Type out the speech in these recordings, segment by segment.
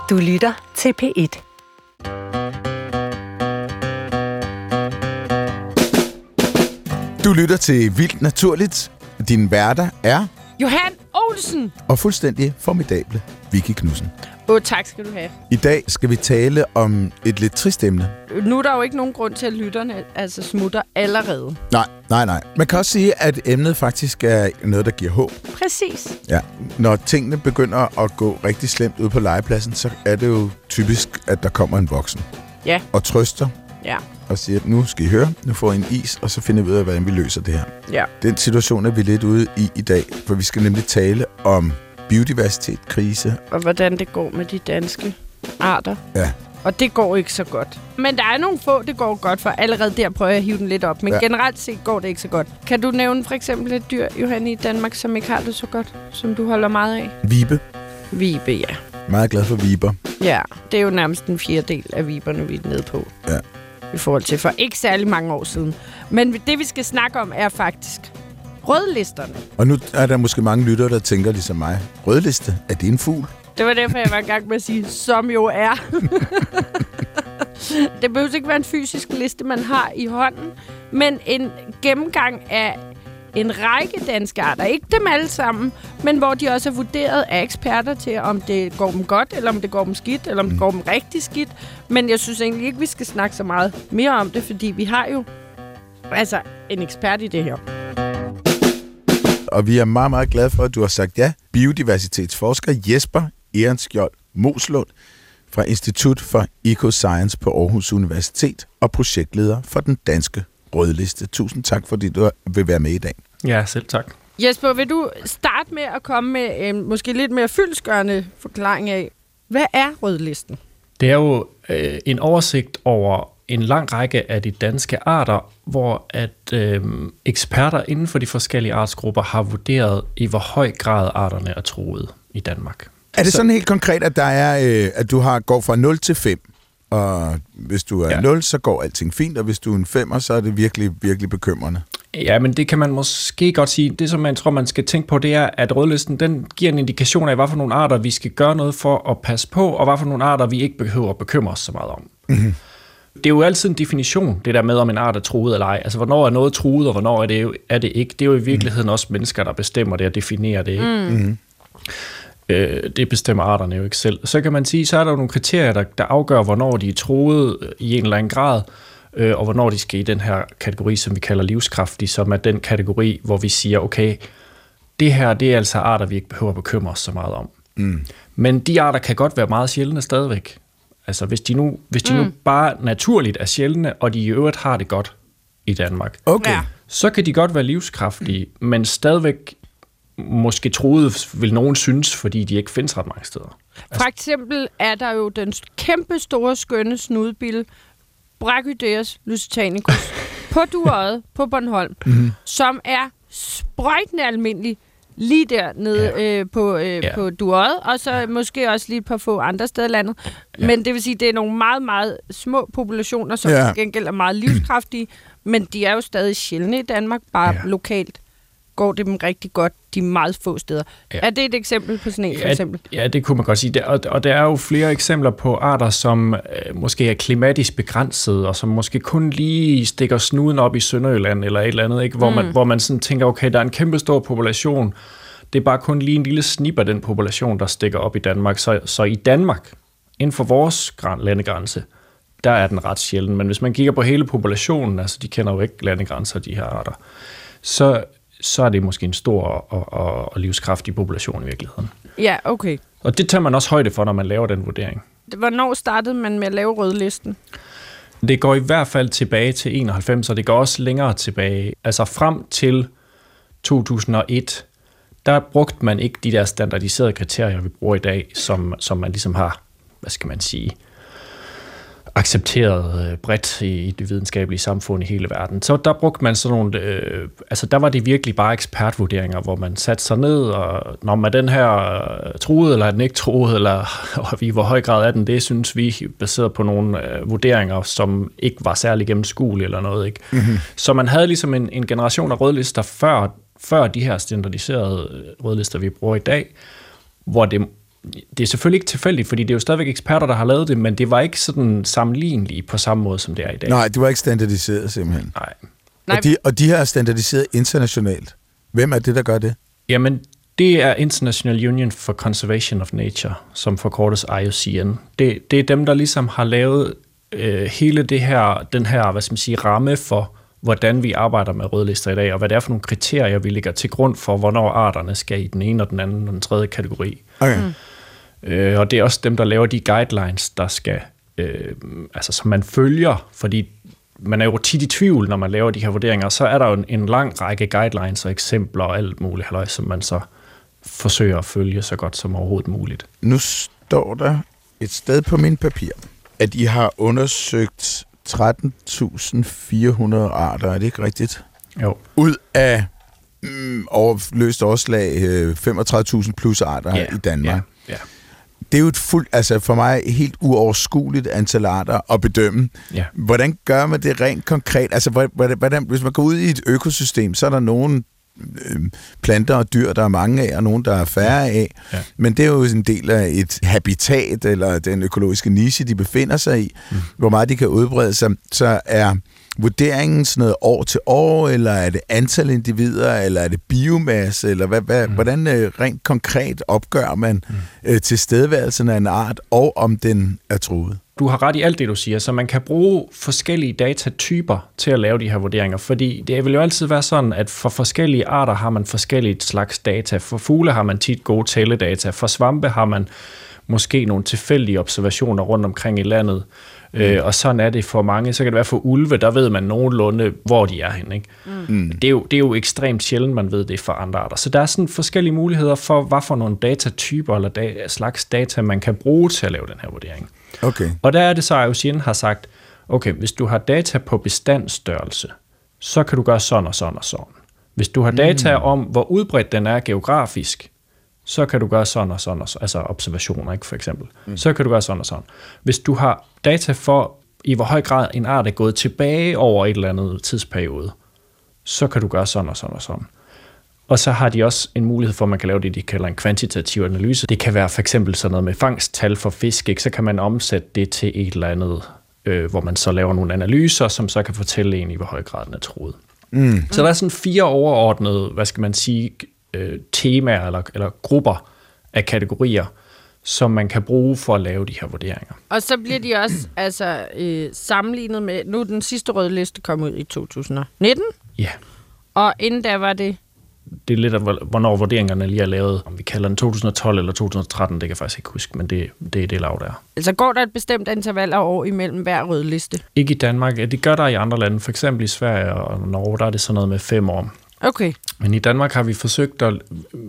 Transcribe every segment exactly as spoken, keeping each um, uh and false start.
Du lytter til P et. Du lytter til Vildt Naturligt. Din værter er Johan Olsen og fuldstændig formidable Vicky Knudsen. Åh, oh, tak skal du have. I dag skal vi tale om et lidt trist emne. Nu er der jo ikke nogen grund til, at lytterne altså smutter allerede. Nej, nej, nej. Man kan også sige, at emnet faktisk er noget, der giver håb. Præcis. Ja. Når tingene begynder at gå rigtig slemt ud på legepladsen, så er det jo typisk, at der kommer en voksen. Ja. Og trøster. Ja. Og siger, nu skal I høre, nu får I en is, og så finder vi ud af, hvordan vi løser det her. Ja. Den situation er vi lidt ude i i dag, for vi skal nemlig tale om biodiversitet, krise. Og hvordan det går med de danske arter. Ja. Og det går ikke så godt. Men der er nogle få, det går godt for. Allerede der prøver jeg at hive den lidt op. Men ja. Generelt set går det ikke så godt. Kan du nævne for eksempel et dyr, Johan, i Danmark, som ikke har det så godt, som du holder meget af? Vibe. Vibe, ja. Meget glad for viber. Ja, det er jo nærmest en fjerdedel af viberne, vi er nede på. Ja. I forhold til for ikke særlig mange år siden. Men det, vi skal snakke om, er faktisk rødlisterne. Og nu er der måske mange lyttere, der tænker ligesom mig. Rødliste, er det en fugl? Det var derfor, jeg var i gang med at sige, som jo er. Det behøver ikke være en fysisk liste, man har i hånden, men en gennemgang af en række danske arter. Ikke dem alle sammen, men hvor de også er vurderet af eksperter til, om det går dem godt, eller om det går dem skidt, eller om mm. det går dem rigtig skidt. Men jeg synes egentlig ikke, vi skal snakke så meget mere om det, fordi vi har jo altså en ekspert i det her. Og vi er meget, meget glade for, at du har sagt ja. Biodiversitetsforsker Jesper Ehrenskjold Moslund fra Institut for Ecoscience på Aarhus Universitet og projektleder for den danske rødliste. Tusind tak, fordi du vil være med i dag. Ja, selv tak. Jesper, vil du starte med at komme med en måske lidt mere fyldestgørende forklaring af, hvad er rødlisten? Det er jo øh, en oversigt over en lang række af de danske arter, hvor at øh, eksperter inden for de forskellige artsgrupper har vurderet, i hvor høj grad arterne er truet i Danmark. Er det sådan helt konkret, at der er, øh, at du har går fra nul til fem? Og hvis du er ja. nul, så går alting fint, og hvis du er en femmer, så er det virkelig, virkelig bekymrende. Ja, men det kan man måske godt sige. Det, som man tror, man skal tænke på, det er, at rødlisten, den giver en indikation af, hvad for nogle arter, vi skal gøre noget for at passe på, og hvad for nogle arter, vi ikke behøver at bekymre os så meget om. Mm-hmm. Det er jo altid en definition, det der med, om en art er truet eller ej. Altså, hvornår er noget truet, og hvornår er det, er det ikke. Det er jo i virkeligheden mm. også mennesker, der bestemmer det og definerer det, ikke? Mm. Det bestemmer arterne jo ikke selv. Så kan man sige, så er der jo nogle kriterier, der, der afgør, hvornår de er truet i en eller anden grad, øh, og hvornår de skal i den her kategori, som vi kalder livskraftige, som er den kategori, hvor vi siger, okay, det her, det er altså arter, vi ikke behøver at bekymre os så meget om. Mm. Men de arter kan godt være meget sjældne stadigvæk. Altså, hvis de nu, hvis de mm. nu bare naturligt er sjældne, og de i øvrigt har det godt i Danmark, okay. så kan de godt være livskraftige, men stadigvæk måske truet, vil nogen synes, fordi de ikke findes ret mange steder. For eksempel er der jo den kæmpe store, skønne snudbille, Brachydeus lusitanicus, på Duodde på Bornholm, mm-hmm. som er sprøjtende almindelig lige dernede ja. øh, på, øh, ja. på Duodde, og så ja. måske også lige et par få andre steder i landet. Ja. Men det vil sige, det er nogle meget, meget små populationer, som ja. til gengæld er meget livskraftige, men de er jo stadig sjældne i Danmark, bare ja. lokalt går det dem rigtig godt de meget få steder. Ja. Er det et eksempel på sådan en, for ja, eksempel? Ja, det kunne man godt sige. Og, og der er jo flere eksempler på arter, som øh, måske er klimatisk begrænset, og som måske kun lige stikker snuden op i Sønderjylland eller et eller andet, ikke? Hvor, mm. man, hvor man sådan tænker, okay, der er en kæmpe stor population. Det er bare kun lige en lille snip af den population, der stikker op i Danmark. Så, så i Danmark, inden for vores landegrænse, der er den ret sjælden. Men hvis man kigger på hele populationen, altså de kender jo ikke landegrænser, de her arter, så så er det måske en stor og, og, og livskraftig population i virkeligheden. Ja, okay. Og det tager man også højde for, når man laver den vurdering. Hvornår startede man med at lave rødlisten? Det går i hvert fald tilbage til enoghalvfems, og det går også længere tilbage. Altså frem til to tusind og et, der brugte man ikke de der standardiserede kriterier, vi bruger i dag, som, som man ligesom har, hvad skal man sige, accepteret bredt i det videnskabelige samfund i hele verden. Så der brugte man sådan nogle, øh, altså der var det virkelig bare ekspertvurderinger, hvor man satte sig ned, og når man den her truet, eller er den ikke truet, eller og i hvor høj grad er den, det synes vi, baseret på nogle øh, vurderinger, som ikke var særlig gennemskuelige eller noget, ikke? Mm-hmm. Så man havde ligesom en, en generation af rødlister før, før de her standardiserede rødlister, vi bruger i dag, hvor det det er selvfølgelig ikke tilfældigt, fordi det er jo stadigvæk eksperter, der har lavet det, men det var ikke sådan sammenlignelige på samme måde, som det er i dag. Nej, det var ikke standardiseret simpelthen. Nej. Og de, og de her er standardiseret internationalt. Hvem er det, der gør det? Jamen, det er International Union for Conservation of Nature, som forkortes I U C N. Det, det er dem, der ligesom har lavet øh, hele det her, den her, hvad skal man sige, ramme for, hvordan vi arbejder med rødlister i dag, og hvad det er for nogle kriterier, vi lægger til grund for, hvornår arterne skal i den ene og den anden og den tredje kategori. Okay. Mm. Øh, og det er også dem, der laver de guidelines, der skal, øh, altså som man følger, fordi man er jo tit i tvivl, når man laver de her vurderinger, så er der jo en, en lang række guidelines og eksempler og alt muligt, halløj, som man så forsøger at følge så godt som overhovedet muligt. Nu står der et sted på min papir, at I har undersøgt tretten tusind fire hundrede arter, er det ikke rigtigt? Jo. Ud af mm, over, løst overslag øh, femogtredive tusind plus arter Ja, i Danmark. Ja, ja. Det er jo et fuldt, altså for mig helt uoverskueligt antal arter at bedømme. Ja. Hvordan gør man det rent konkret? Altså, hvordan, hvordan, hvis man går ud i et økosystem, så er der nogle øh, planter og dyr, der er mange af, og nogle, der er færre af. Ja. Men det er jo en del af et habitat, eller den økologiske niche, de befinder sig i, mm. hvor meget de kan udbrede sig. Så er vurderingen sådan noget år til år, eller er det antal individer, eller er det biomasse, eller hvad, hvad, mm. hvordan øh, rent konkret opgør man mm. øh, tilstedeværelsen af en art, og om den er truet? Du har ret i alt det, du siger, så man kan bruge forskellige datatyper til at lave de her vurderinger, fordi det vil jo altid være sådan, at for forskellige arter har man forskellige slags data. For fugle har man tit gode tælledata, for svampe har man måske nogle tilfældige observationer rundt omkring i landet, mm. øh, og sådan er det for mange. Så kan det være for ulve, der ved man nogenlunde, hvor de er henne. Ikke? Mm. Det, er jo, det er jo ekstremt sjældent, man ved det for andre arter. Så der er sådan forskellige muligheder for, hvad for nogle datatyper eller da, slags data, man kan bruge til at lave den her vurdering. Okay. Og der er det så, at I U C N har sagt, okay, hvis du har data på bestandsstørrelse, så kan du gøre sådan og sådan og sådan. Hvis du har data mm. om, hvor udbredt den er geografisk, så kan du gøre sådan og sådan, og sådan, altså observationer, ikke, for eksempel. Mm. Så kan du gøre sådan og sådan. Hvis du har data for, i hvor høj grad en art er gået tilbage over et eller andet tidsperiode, så kan du gøre sådan og sådan og sådan. Og så har de også en mulighed for, at man kan lave det, de kalder en kvantitativ analyse. Det kan være for eksempel sådan noget med fangsttal for fisk, ikke? Så kan man omsætte det til et eller andet, øh, hvor man så laver nogle analyser, som så kan fortælle en, i hvor høj grad den er truet. Mm. Så der er sådan fire overordnede, hvad skal man sige, øh, temaer eller, eller grupper af kategorier, som man kan bruge for at lave de her vurderinger. Og så bliver de også altså, øh, sammenlignet med, nu den sidste røde liste kom ud i to tusind nitten. Ja. Og inden da var det... Det er lidt af, hvornår vurderingerne lige er lavet. Om vi kalder den to tusind og tolv eller to tusind og tretten, det kan jeg faktisk ikke huske, men det, det er det lav der. Altså går der et bestemt interval af år imellem hver røde liste? Ikke i Danmark. Det gør der i andre lande. For eksempel i Sverige og Norge, der er det sådan noget med fem år. Okay. Men i Danmark har vi forsøgt at,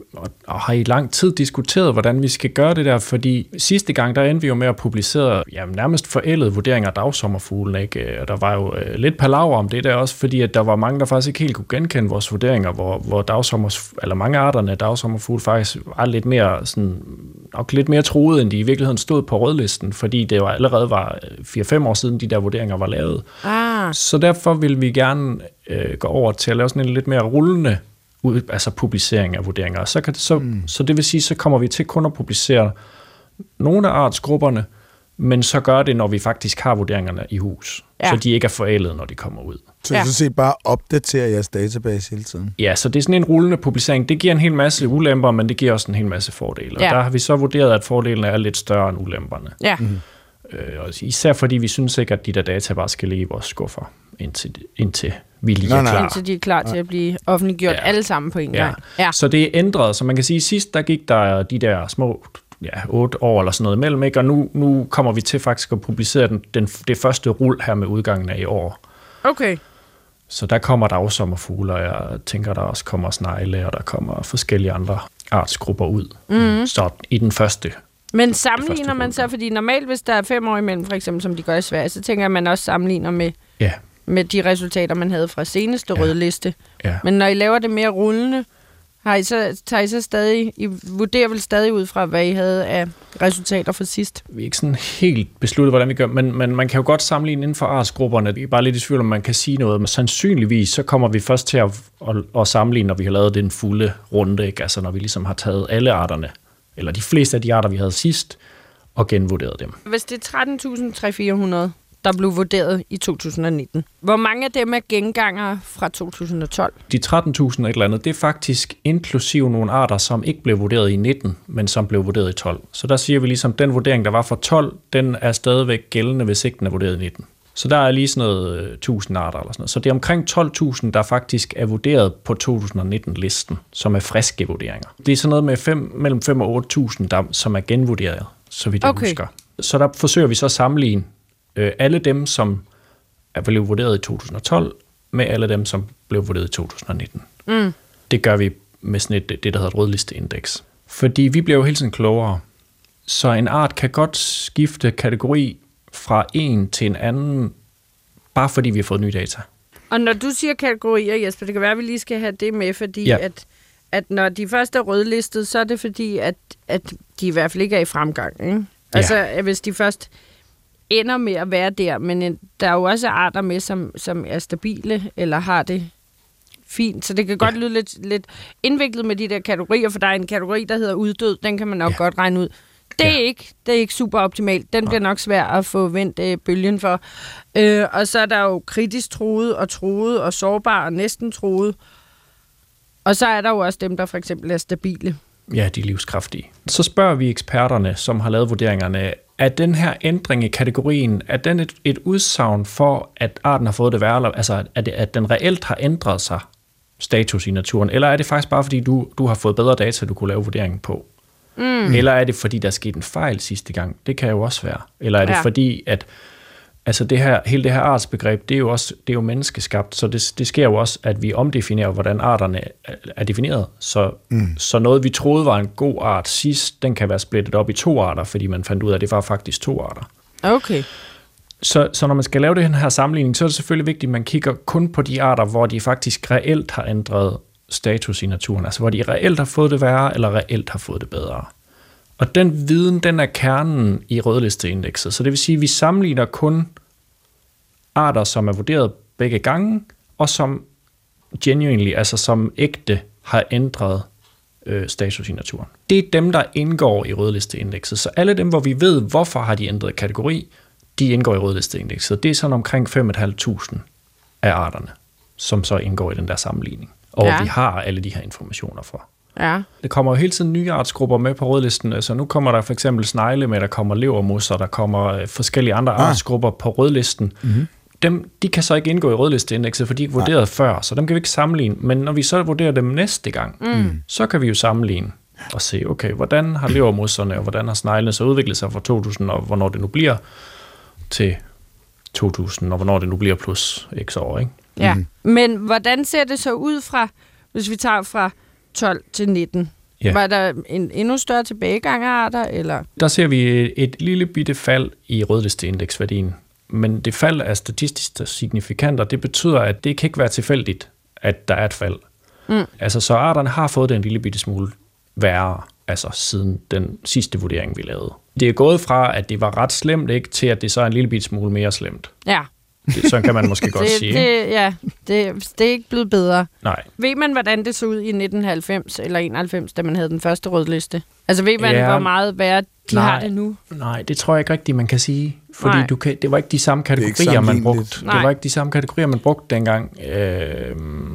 og har i lang tid diskuteret, hvordan vi skal gøre det der, fordi sidste gang, der endte vi jo med at publicere ja, nærmest forældede vurderinger af dagsommerfuglen, ikke? Og der var jo lidt palaver om det der også, fordi at der var mange, der faktisk ikke helt kunne genkende vores vurderinger, hvor, hvor dagsommers, eller mange arterne af dagsommerfugle faktisk var lidt mere, sådan, nok lidt mere truet, end de i virkeligheden stod på rødlisten, fordi det jo allerede var fire fem år siden, de der vurderinger var lavet. Ah. Så derfor vil vi gerne øh, gå over til at lave sådan en lidt mere rullende ud, altså publicering af vurderinger. Så, kan det, så, mm. så det vil sige, så kommer vi til kun at publicere nogle af artsgrupperne, men så gør det, når vi faktisk har vurderingerne i hus. Ja. Så de ikke er forældet, når de kommer ud. Så ja. Så set bare opdatere jeres database hele tiden? Ja, så det er sådan en rullende publicering. Det giver en hel masse ulemper, men det giver også en hel masse fordele. Ja. Og der har vi så vurderet, at fordelene er lidt større end ulemperne. Ja. Mm. Øh, især fordi vi synes ikke, at de der data bare skal ligge i vores skuffer, indtil, indtil vi lige nej, er klar. Indtil de er klar til at blive offentliggjort ja. alle sammen på en ja. gang. Ja. Så det er ændret. Så man kan sige, sidst der gik der de der små ja, otte år eller sådan noget imellem, ikke? Og nu, nu kommer vi til faktisk at publicere den, den, det første rul her med udgangen af i år. Okay. Så der kommer dagsommerfugle, og jeg tænker, der også kommer snegle, og der kommer forskellige andre artsgrupper ud. Mm. Så i den første. Men sammenligner man så, fordi normalt, hvis der er fem år imellem, for eksempel, som de gør i Sverige, så tænker jeg, at man også sammenligner med, ja. med de resultater, man havde fra seneste ja. røde liste. Ja. Men når I laver det mere rullende, har I så, tager I så stadig, I vurderer vel stadig ud fra, hvad I havde af resultater fra sidst? Vi er ikke sådan helt besluttet, hvordan vi gør, men, men man kan jo godt sammenligne inden for artsgrupperne. Det er bare lidt i tvivl, om man kan sige noget, men sandsynligvis så kommer vi først til at, at, at sammenligne, når vi har lavet den fulde runde, ikke? Altså når vi ligesom har taget alle arterne, eller de fleste af de arter, vi havde sidst, og genvurderede dem. Hvis det er tretten tusind tre hundrede til fire hundrede, der blev vurderet i to tusind nitten, hvor mange af dem er gengangere fra to tusind tolv? De tretten tusind et eller andet, det er faktisk inklusiv nogle arter, som ikke blev vurderet i nitten, men som blev vurderet i tolv. Så der siger vi ligesom, at den vurdering, der var for tolv, den er stadigvæk gældende, hvis ikke den er vurderet i nitten. Så der er lige sådan noget tusind arter eller sådan noget. Så det er omkring tolv tusind, der faktisk er vurderet på to tusind nitten-listen, som er friske vurderinger. Det er sådan noget med fem, mellem fem og otte tusind, der, som er genvurderet, så vidt jeg okay. husker. Så der forsøger vi så at sammenligne øh, alle dem, som er blevet vurderet i to tusind tolv, med alle dem, som blev vurderet i to tusind nitten. Mm. Det gør vi med sådan et, det, der hedder et rødlisteindeks. Fordi vi bliver jo hele tiden klogere. Så en art kan godt skifte kategori fra en til en anden, bare fordi vi har fået nye data. Og når du siger kategorier, Jesper, det kan være, at vi lige skal have det med, fordi ja. at, at når de først er rødlistet, så er det fordi, at, at de i hvert fald ikke er i fremgang. Ikke? Ja. Altså, hvis de først ender med at være der, men der er jo også arter med, som, som er stabile, eller har det fint. Så det kan godt ja. lyde lidt, lidt indviklet med de der kategorier, for der er en kategori, der hedder uddød, den kan man nok ja. godt regne ud. Det er, ja. ikke, det er ikke super optimalt. Den ja. bliver nok svær at få vendt øh, bølgen for. Øh, og så er der jo kritisk truet og truet og sårbar og næsten truet. Og så er der jo også dem, der for eksempel er stabile. Ja, de er livskraftige. Så spørger vi eksperterne, som har lavet vurderingerne, er den her ændring i kategorien, er den et, et udsagn for, at arten har fået det værre, altså at, det, at den reelt har ændret sig status i naturen, eller er det faktisk bare, fordi du, du har fået bedre data, du kunne lave vurderingen på? Mm. Eller er det, fordi der skete en fejl sidste gang? Det kan jo også være. Eller er det ja. fordi, at altså det her, hele det her artsbegreb, det er jo også det er jo menneskeskabt, så det, det sker jo også, at vi omdefinerer, hvordan arterne er defineret. Så, mm. så noget, vi troede var en god art sidst, den kan være splittet op i to arter, fordi man fandt ud af, at det var faktisk to arter. Okay. Så, så når man skal lave den her sammenligning, så er det selvfølgelig vigtigt, at man kigger kun på de arter, hvor de faktisk reelt har ændret status i naturen, altså hvor de reelt har fået det værre, eller reelt har fået det bedre. Og den viden, den er kernen i rødlisteindekset, så det vil sige, at vi sammenligner kun arter, som er vurderet begge gange, og som genuinely, altså som ægte, har ændret øh, status i naturen. Det er dem, der indgår i rødlisteindekset, så alle dem, hvor vi ved, hvorfor har de ændret kategori, de indgår i rødlisteindekset. Det er sådan omkring fem tusind fem hundrede af arterne, som så indgår i den der sammenligning. Og ja. vi har alle de her informationer for. Ja. Det kommer jo hele tiden nye artsgrupper med på rødlisten. Så nu kommer der for eksempel snegle med, der kommer levermus, og der kommer forskellige andre ah. artsgrupper på rødlisten. Mm-hmm. Dem, de kan så ikke indgå i rødlisteindekset, for de er vurderet Nej. før, så dem kan vi ikke sammenligne. Men når vi så vurderer dem næste gang, mm. så kan vi jo sammenligne og se, okay, hvordan har levermusserne, og hvordan har sneglene så udviklet sig fra to tusind, og hvornår det nu bliver, til to tusind, og hvornår det nu bliver plus x år, ikke? Ja, mm. men hvordan ser det så ud fra, hvis vi tager fra tolv til nitten? Ja. Var der en endnu større tilbagegang af arter, eller? Der ser vi et lille bitte fald i rødlisteindeksværdien, men det fald er statistisk signifikant, og det betyder, at det kan ikke være tilfældigt, at der er et fald. Mm. Altså, så arterne har fået det en lille bitte smule værre, altså siden den sidste vurdering, vi lavede. Det er gået fra, at det var ret slemt, ikke, til at det så er en lille bitte smule mere slemt. Ja. Det, sådan kan man måske godt det, sige. Det, ja, det, det er ikke blevet bedre. Nej. Ved man, hvordan det så ud i nitten halvfems eller enoghalvfems, da man havde den første rødliste? Altså ved man, ja, hvor meget værre de nej, har det nu? Nej, det tror jeg ikke rigtigt, man kan sige. Fordi du kan, det var ikke de samme kategorier, man brugte. Det var ikke de samme kategorier, man brugte dengang. Øh,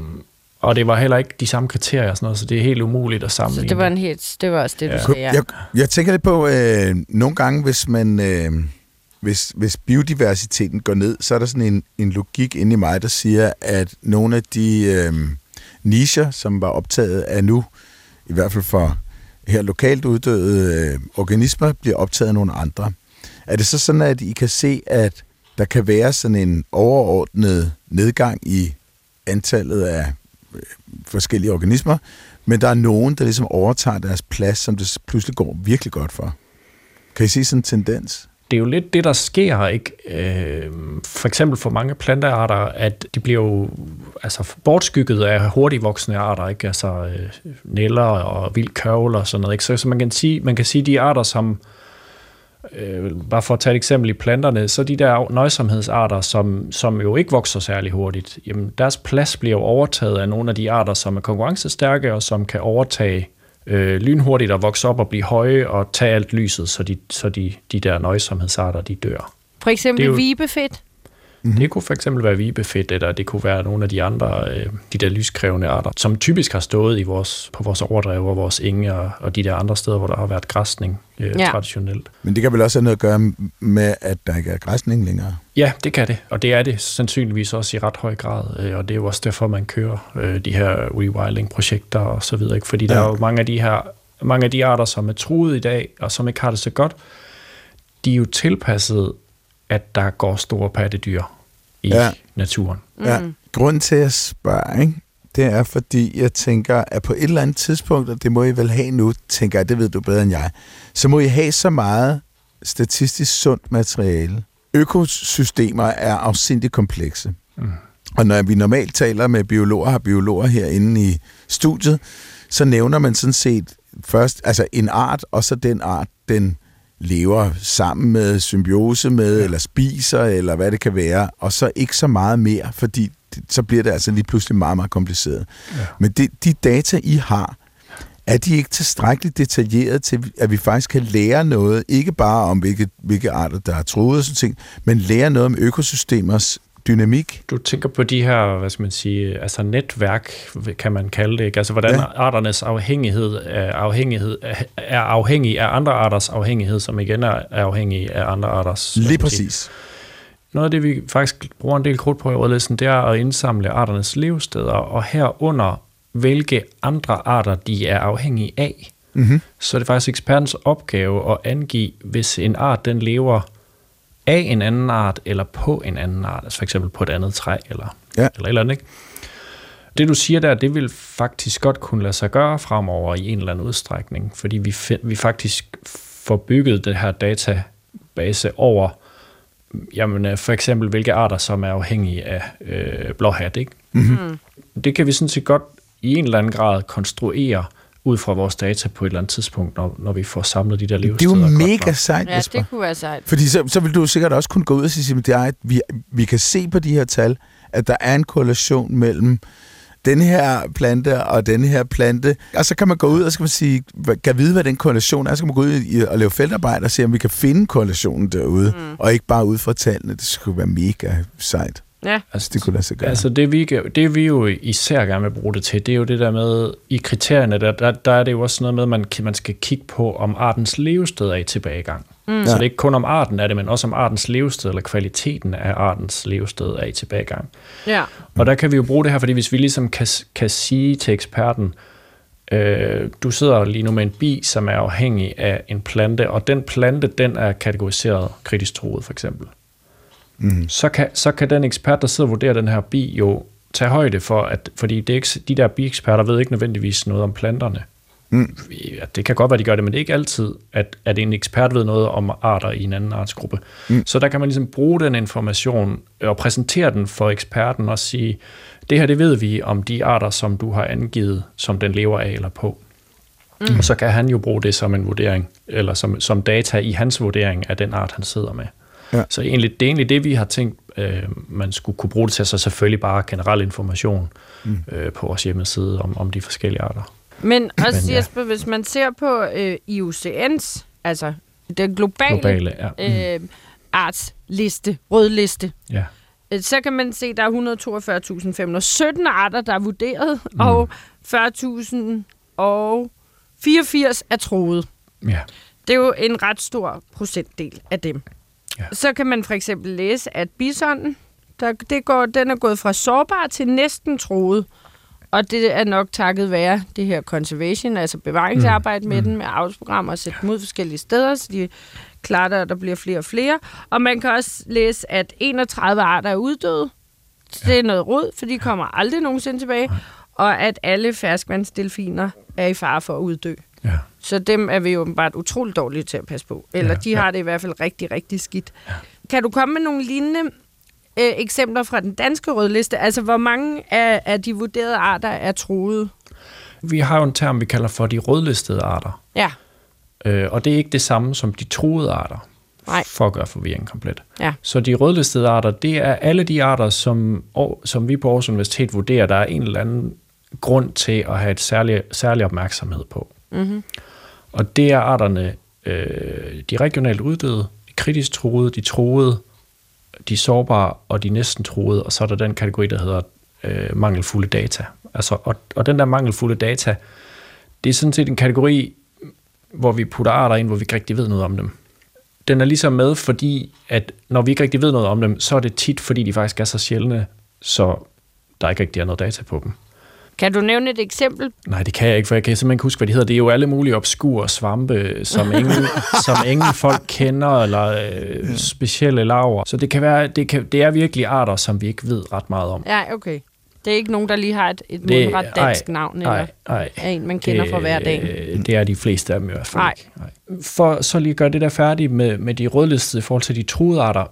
og det var heller ikke de samme kriterier og sådan noget, så det er helt umuligt at sammenligne. Så det var, en helt, det var også det, ja. du sagde, ja. Jeg, jeg tænker lidt på, øh, nogle gange, hvis man... Øh, Hvis, hvis biodiversiteten går ned, så er der sådan en, en logik inde i mig, der siger, at nogle af de øh, nicher, som var optaget af nu, i hvert fald for her lokalt uddøde øh, organismer, bliver optaget af nogle andre. Er det så sådan, at I kan se, at der kan være sådan en overordnet nedgang i antallet af øh, forskellige organismer, men der er nogen, der ligesom overtager deres plads, som det pludselig går virkelig godt for? Kan I se sådan en tendens? Det er jo lidt det, der sker, ikke? Øh, for eksempel for mange plantearter, at de bliver jo altså, bortskygget af hurtigt voksende arter, ikke? Altså øh, næller og vild kørvel og sådan noget, ikke? Så, så man kan sige, man kan sige, de arter, som, øh, bare for at tage et eksempel i planterne, så de der nøjsomhedsarter, som, som jo ikke vokser særlig hurtigt, jamen deres plads bliver jo overtaget af nogle af de arter, som er konkurrencestærke og som kan overtage øh, lynhurtigt at vokse op og blive høje og tage alt lyset, så de, så de, de der nøjsomhedsarter, de dør. For eksempel jo, vibefedt? Mm-hmm. Det kunne for eksempel være vibefedt, eller det kunne være nogle af de andre, øh, de der lyskrævende arter, som typisk har stået i vores, på vores overdrev og vores enge og, og de der andre steder, hvor der har været græsning øh, ja. traditionelt. Men det kan vel også have noget at gøre med, at der ikke er græsning længere? Ja, det kan det, og det er det sandsynligvis også i ret høj grad, øh, og det er jo også derfor, man kører øh, de her rewilding-projekter og så videre, ikke? Fordi der ja. er jo mange af de her, mange af de arter, som er truet i dag, og som ikke har det så godt, de er jo tilpasset, at der går store pattedyr i ja. naturen. Ja. Grunden til, at jeg spørger, ikke? Det er, fordi jeg tænker, at på et eller andet tidspunkt, og det må I vel have nu, tænker jeg, det ved du bedre end jeg, så må I have så meget statistisk sundt materiale. Økosystemer er afsindigt komplekse. Mm. Og når vi normalt taler med biologer, har biologer herinde i studiet, så nævner man sådan set først altså en art, og så den art, den lever sammen med, symbiose med, ja. eller spiser, eller hvad det kan være, og så ikke så meget mere, fordi det, så bliver det altså lige pludselig meget, meget kompliceret. Ja. Men det, de data, I har, er de ikke tilstrækkeligt detaljeret til, at vi faktisk kan lære noget, ikke bare om, hvilke, hvilke arter, der er truet og sådan ting, men lære noget om økosystemers dynamik? Du tænker på de her, hvad skal man sige, altså netværk, kan man kalde det, ikke? Altså hvordan ja. arternes afhængighed er, afhængighed er afhængig af andre arters afhængighed, som igen er afhængig af andre arters. Lige præcis. Noget af det, vi faktisk bruger en del krudt på i rødlisten, det er at indsamle arternes levesteder, og herunder hvilke andre arter de er afhængige af. Mm-hmm. Så er det faktisk ekspertens opgave at angive, hvis en art den lever af en anden art, eller på en anden art, altså for eksempel på et andet træ, eller, ja. eller et eller andet, ikke? Det, du siger der, det vil faktisk godt kunne lade sig gøre fremover i en eller anden udstrækning, fordi vi, vi faktisk får bygget det her database over, jamen, for eksempel, hvilke arter, som er afhængige af øh, blåhat, ikke? Mm-hmm. Det kan vi sådan set godt i en eller anden grad konstruere ud fra vores data på et eller andet tidspunkt, når, når vi får samlet de der levesteder. Det er jo mega sejt, ja, det kunne være sejt. Fordi så, så vil du sikkert også kunne gå ud og sige, at, at vi, vi kan se på de her tal, at der er en korrelation mellem den her plante og den her plante. Og så kan man gå ud og skal man sige, kan vide, hvad den korrelation er. Så kan man gå ud og lave feltarbejde og se, om vi kan finde korrelationen derude, mm. og ikke bare ud fra tallene. Det skulle være mega sejt. Ja. Altså, det kunne lade sig gøre. Altså, det vi, det vi jo især gerne vil bruge det til, det er jo det der med, i kriterierne, der, der, der er det jo også noget med, at man, man skal kigge på, om artens levested er i tilbagegang. Mm. Så det er ikke kun om arten er det, men også om artens levested, eller kvaliteten af artens levested er i tilbagegang. Ja. Og der kan vi jo bruge det her, fordi hvis vi ligesom kan, kan sige til eksperten, øh, du sidder lige nu med en bi, som er afhængig af en plante, og den plante, den er kategoriseret kritisk truet, for eksempel. Mm. Så, kan, så kan den ekspert, der sidder og vurderer den her bi, jo tage højde for, at fordi det er ikke, de der bieksperter ved ikke nødvendigvis noget om planterne. Mm. Ja, det kan godt være, de gør det, men det er ikke altid, at, at en ekspert ved noget om arter i en anden artsgruppe. Mm. Så der kan man ligesom bruge den information og præsentere den for eksperten og sige, det her, det ved vi om de arter, som du har angivet, som den lever af eller på. Mm. Og så kan han jo bruge det som en vurdering, eller som, som data i hans vurdering af den art, han sidder med. Ja. Så egentlig, det er egentlig det, vi har tænkt, øh, man skulle kunne bruge det til, så selvfølgelig bare generel information mm. øh, på vores hjemmeside om, om de forskellige arter. Men også, Men, ja. Jesper, hvis man ser på øh, I U C N's, altså den globale, globale ja. mm. øh, artsliste, rødliste, ja. øh, så kan man se, at der er et hundrede og toogfyrre tusind fem hundrede og sytten arter, der er vurderet, mm. og fyrre tusind og fireogfirs er truet. Ja. Det er jo en ret stor procentdel af dem. Ja. Så kan man for eksempel læse, at bisonen, der, det går, den er gået fra sårbar til næsten truet. Og det er nok takket være det her conservation, altså bevaringsarbejde mm. med mm. den, med avlsprogrammer og sætte dem ud forskellige steder, så de klarer der, der bliver flere og flere. Og man kan også læse, at enogtredive arter er uddøde. Ja. Det er noget rod, for de kommer aldrig nogensinde tilbage. Nej. Og at alle ferskvandsdelfiner er i fare for at uddø. Ja. Så dem er vi jo bare utroligt dårlige til at passe på. Eller ja, de har ja. det i hvert fald rigtig, rigtig skidt. Ja. Kan du komme med nogle lignende øh, eksempler fra den danske rødliste? Altså, hvor mange af, af de vurderede arter er truede? Vi har jo en term, vi kalder for de rødlistede arter. Ja. Øh, og det er ikke det samme som de truede arter. Nej. For at gøre forvirringen komplet. Ja. Så de rødlistede arter, det er alle de arter, som, som vi på Aarhus Universitet vurderer, der er en eller anden grund til at have et særlig, særlig opmærksomhed på. Mm-hmm. Og det er arterne, øh, de regionalt uddøde, de kritisk truede, de truede, de sårbare og de næsten truede, og så er der den kategori, der hedder øh, mangelfulde data. Altså, og, og den der mangelfulde data, det er sådan set en kategori, hvor vi putter arter ind, hvor vi ikke rigtig ved noget om dem. Den er ligesom med, fordi at når vi ikke rigtig ved noget om dem, så er det tit, fordi de faktisk er så sjældne, så der ikke rigtig er noget data på dem. Kan du nævne et eksempel? Nej, det kan jeg ikke, for jeg kan simpelthen ikke huske, hvad de hedder. Det er jo alle mulige obskure svampe, som ingen, som ingen folk kender, eller øh, specielle larver. Så det kan være, det, kan, det er virkelig arter, som vi ikke ved ret meget om. Ja, okay. Det er ikke nogen, der lige har et, et mundret dansk ej, navn, eller ej, ej, er en, man kender det, fra hver dag. Det er de fleste af dem i hvert fald. Nej. For så lige at gøre det der færdigt med, med de rødlistede i forhold til de truede arter.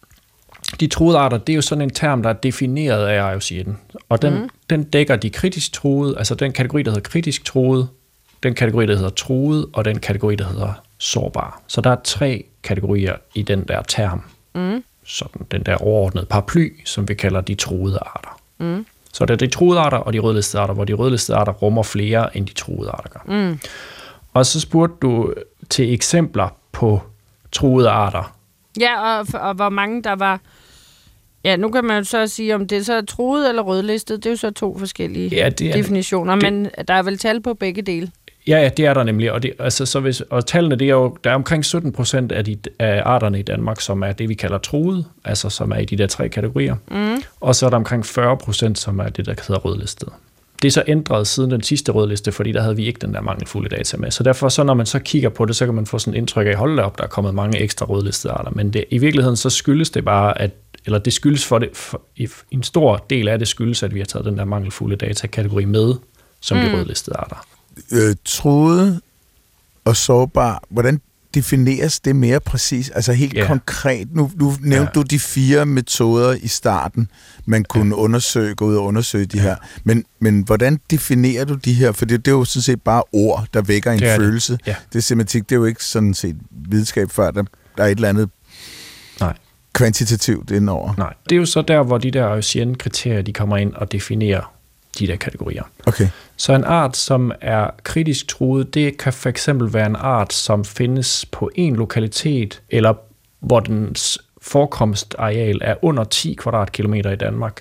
De truede arter, det er jo sådan en term, der er defineret af I U C N. Og den, mm. den dækker de kritisk truede, altså den kategori, der hedder kritisk truede, den kategori, der hedder truede, og den kategori, der hedder sårbar. Så der er tre kategorier i den der term. Mm. Sådan den der overordnede paraply, som vi kalder de truede arter. Mm. Så der er de truede arter og de rødlistede arter, hvor de rødlistede arter rummer flere, end de truede arter gør. Mm. Og så spurgte du til eksempler på truede arter. Ja, og, og hvor mange der var... Ja, nu kan man jo så sige, om det er så truet eller rødlistet. Det er jo så to forskellige ja, det er, definitioner, det, men der er vel tal på begge dele. Ja, ja, det er der nemlig. Og, det, altså, så hvis, og tallene, det er jo, der er omkring sytten procent af, de, af arterne i Danmark, som er det, vi kalder truet, altså som er i de der tre kategorier. Mm. Og så er der omkring fyrre procent, som er det, der hedder rødlistet. Det er så ændret siden den sidste rødliste, fordi der havde vi ikke den der mangelfulde data med. Så derfor, så når man så kigger på det, så kan man få sådan et indtryk af, hold da op, der er kommet mange ekstra rødlistede arter. Men det, i virkeligheden, så skyldes det bare, at eller det skyldes for det, for, i en stor del af det skyldes, at vi har taget den der mangelfulde data-kategori med, som mm. de rødlistede arter. Øh, truede og sårbar, hvordan defineres det mere præcis? Altså helt yeah. konkret. Nu, nu nævnte ja. du de fire metoder i starten, man kunne ja. undersøge, gå ud og undersøge de ja. her. Men, men hvordan definerer du de her? For det, det er jo sådan set bare ord, der vækker en det følelse. Det. Ja. det er semantik, det er jo ikke sådan set videnskab før, der, der er et eller andet Nej. kvantitativt indover. Nej, det er jo så der, hvor de der I U C N-kriterier, de kommer ind og definerer de der kategorier. Okay. Så en art, som er kritisk truet, det kan for eksempel være en art, som findes på en lokalitet, eller hvor dens forekomstareal er under ti kvadratkilometer i Danmark,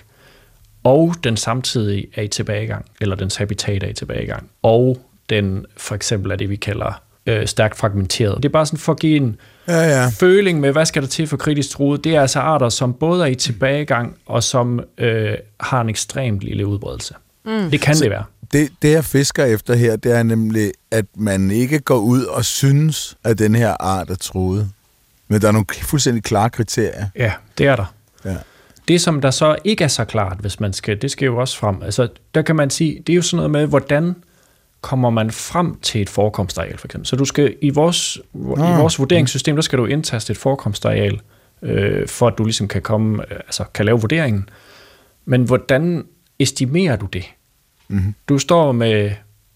og den samtidig er i tilbagegang, eller dens habitat er i tilbagegang, og den for eksempel er det, vi kalder øh, stærkt fragmenteret. Det er bare sådan for at give en ja, ja. føling med, hvad skal der til for kritisk truet. Det er altså arter, som både er i tilbagegang, og som øh, har en ekstremt lille udbredelse. Mm. Det kan Så det være. Det, det, jeg fisker efter her, det er nemlig, at man ikke går ud og synes, at den her art er truet. Men der er nogle fuldstændig klare kriterier. Ja, det er der. Ja. Det, som der så ikke er så klart, hvis man skal, det skal jo også frem. Altså, der kan man sige, det er jo sådan noget med, hvordan kommer man frem til et forekomstareal, for eksempel. Så du skal, i vores, ah. i vores vurderingssystem, der skal du indtaste et forekomstareal, øh, for at du ligesom kan komme, øh, altså kan lave vurderingen. Men hvordan estimerer du det? Mm-hmm. Du står med,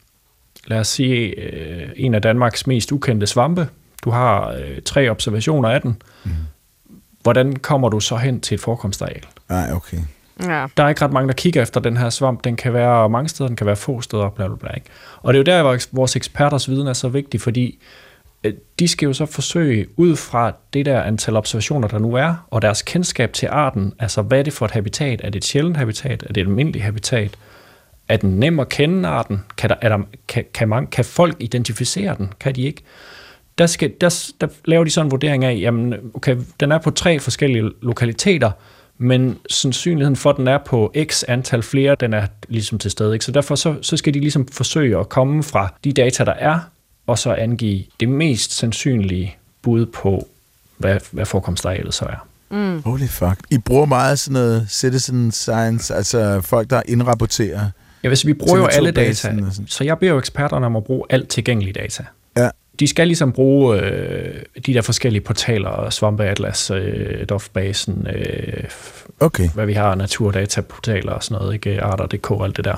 lad os sige, øh, en af Danmarks mest ukendte svampe. Du har øh, tre observationer af den. Mm-hmm. Hvordan kommer du så hen til et forekomstareal? Nej, okay. Ja. Der er ikke ret mange, der kigger efter den her svamp. Den kan være mange steder, den kan være få steder, bla bla bla. Ikke? Og det er jo der, hvor vores eksperters viden er så vigtig, fordi øh, de skal jo så forsøge ud fra det der antal observationer, der nu er, og deres kendskab til arten, altså hvad er det for et habitat? Er det et sjældent habitat? Er det et almindeligt habitat? Er den nem at kende arten? Kan, der, er der, kan, kan, man, kan folk identificere den? Kan de ikke? Der, skal, der, der laver de sådan en vurdering af, jamen, okay, den er på tre forskellige lokaliteter, men sandsynligheden for, at den er på x antal flere, den er ligesom til stede. Ikke? Så derfor så, så skal de ligesom forsøge at komme fra de data, der er, og så angive det mest sandsynlige bud på, hvad, hvad forekomstarealet så er. Mm. Holy fuck. I bruger meget sådan noget citizen science, altså folk, der indrapporterer. Ja, hvis vi bruger jo alle data, så jeg beder jo eksperterne om at bruge alt tilgængelige data. Ja. De skal ligesom bruge øh, de der forskellige portaler, Svampeatlas, øh, Dofbasen, øh, okay. hvad vi har, naturdataportaler og sådan noget, ikke? Arter punktum d k og alt det der.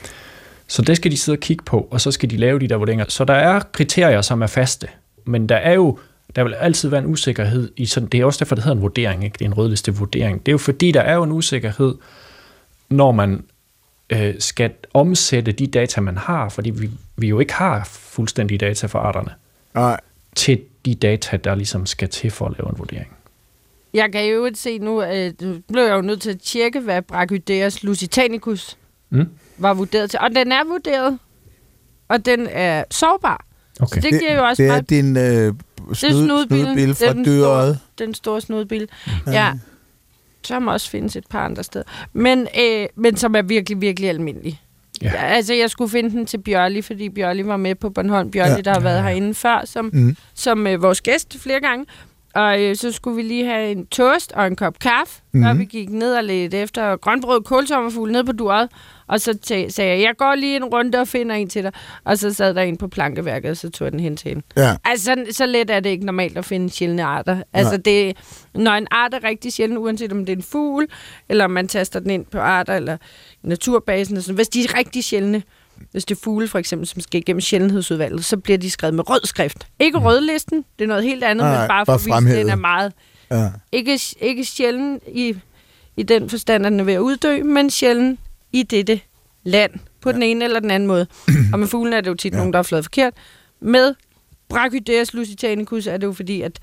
Så det skal de sidde og kigge på, og så skal de lave de der vurderinger. Så der er kriterier, som er faste, men der er jo, der vil altid være en usikkerhed i sådan, det er også derfor, det hedder en vurdering, ikke? Det er en rødliste vurdering. Det er jo fordi, der er jo en usikkerhed, når man øh, skal omsætte de data, man har, fordi vi, vi jo ikke har fuldstændige data for arterne, Nej. til de data, der ligesom skal til for at lave en vurdering. Jeg kan jo ikke se nu, at nu blev jeg jo nødt til at tjekke, hvad Brachydias lusitanicus Mm? var vurderet til. Og den er vurderet, og den er sårbar. Okay. Så det giver jo også Det er meget... din øh, snud, snudbille fra den dyret. store, den store snudbille. Ja. Så må også findes et par andre steder. Men, øh, men som er virkelig, virkelig almindelig. Ja. Ja, altså, jeg skulle finde den til Bjørli, fordi Bjørli var med på Bornholm. Bjørli, Ja. der har været herinde før, som, Mm. som øh, vores gæst flere gange. Og øh, så skulle vi lige have en toast og en kop kaffe, mm. og vi gik ned og ledte efter grønbrød, kålsommerfugl ned på duret. Og så t- sagde jeg, jeg går lige en runde og finder en til dig. Og så sad der en på plankeværket, og så tog jeg den hen til hende. Ja. Altså, så, så let er det ikke normalt at finde sjældne arter. Altså, det, når en art er rigtig sjælden, uanset om det er en fugl, eller om man taster den ind på arter, eller naturbasen, og sådan, hvis de er rigtig sjældne, hvis det er fugle for eksempel, som skal igennem sjældenhedsudvalget, så bliver de skrevet med rød skrift. Ikke rødlisten, det er noget helt andet, Nej, men bare bare for at vise, den er fremhævet. meget... Ja. Ikke, ikke sjælden i, i den forstand, at den er ved at uddø, men sjælden i dette land, på ja. den ene eller den anden måde. Og med fuglen er det jo tit ja. nogen, der har flået forkert. Med Brachydias lusitanicus er det jo fordi, at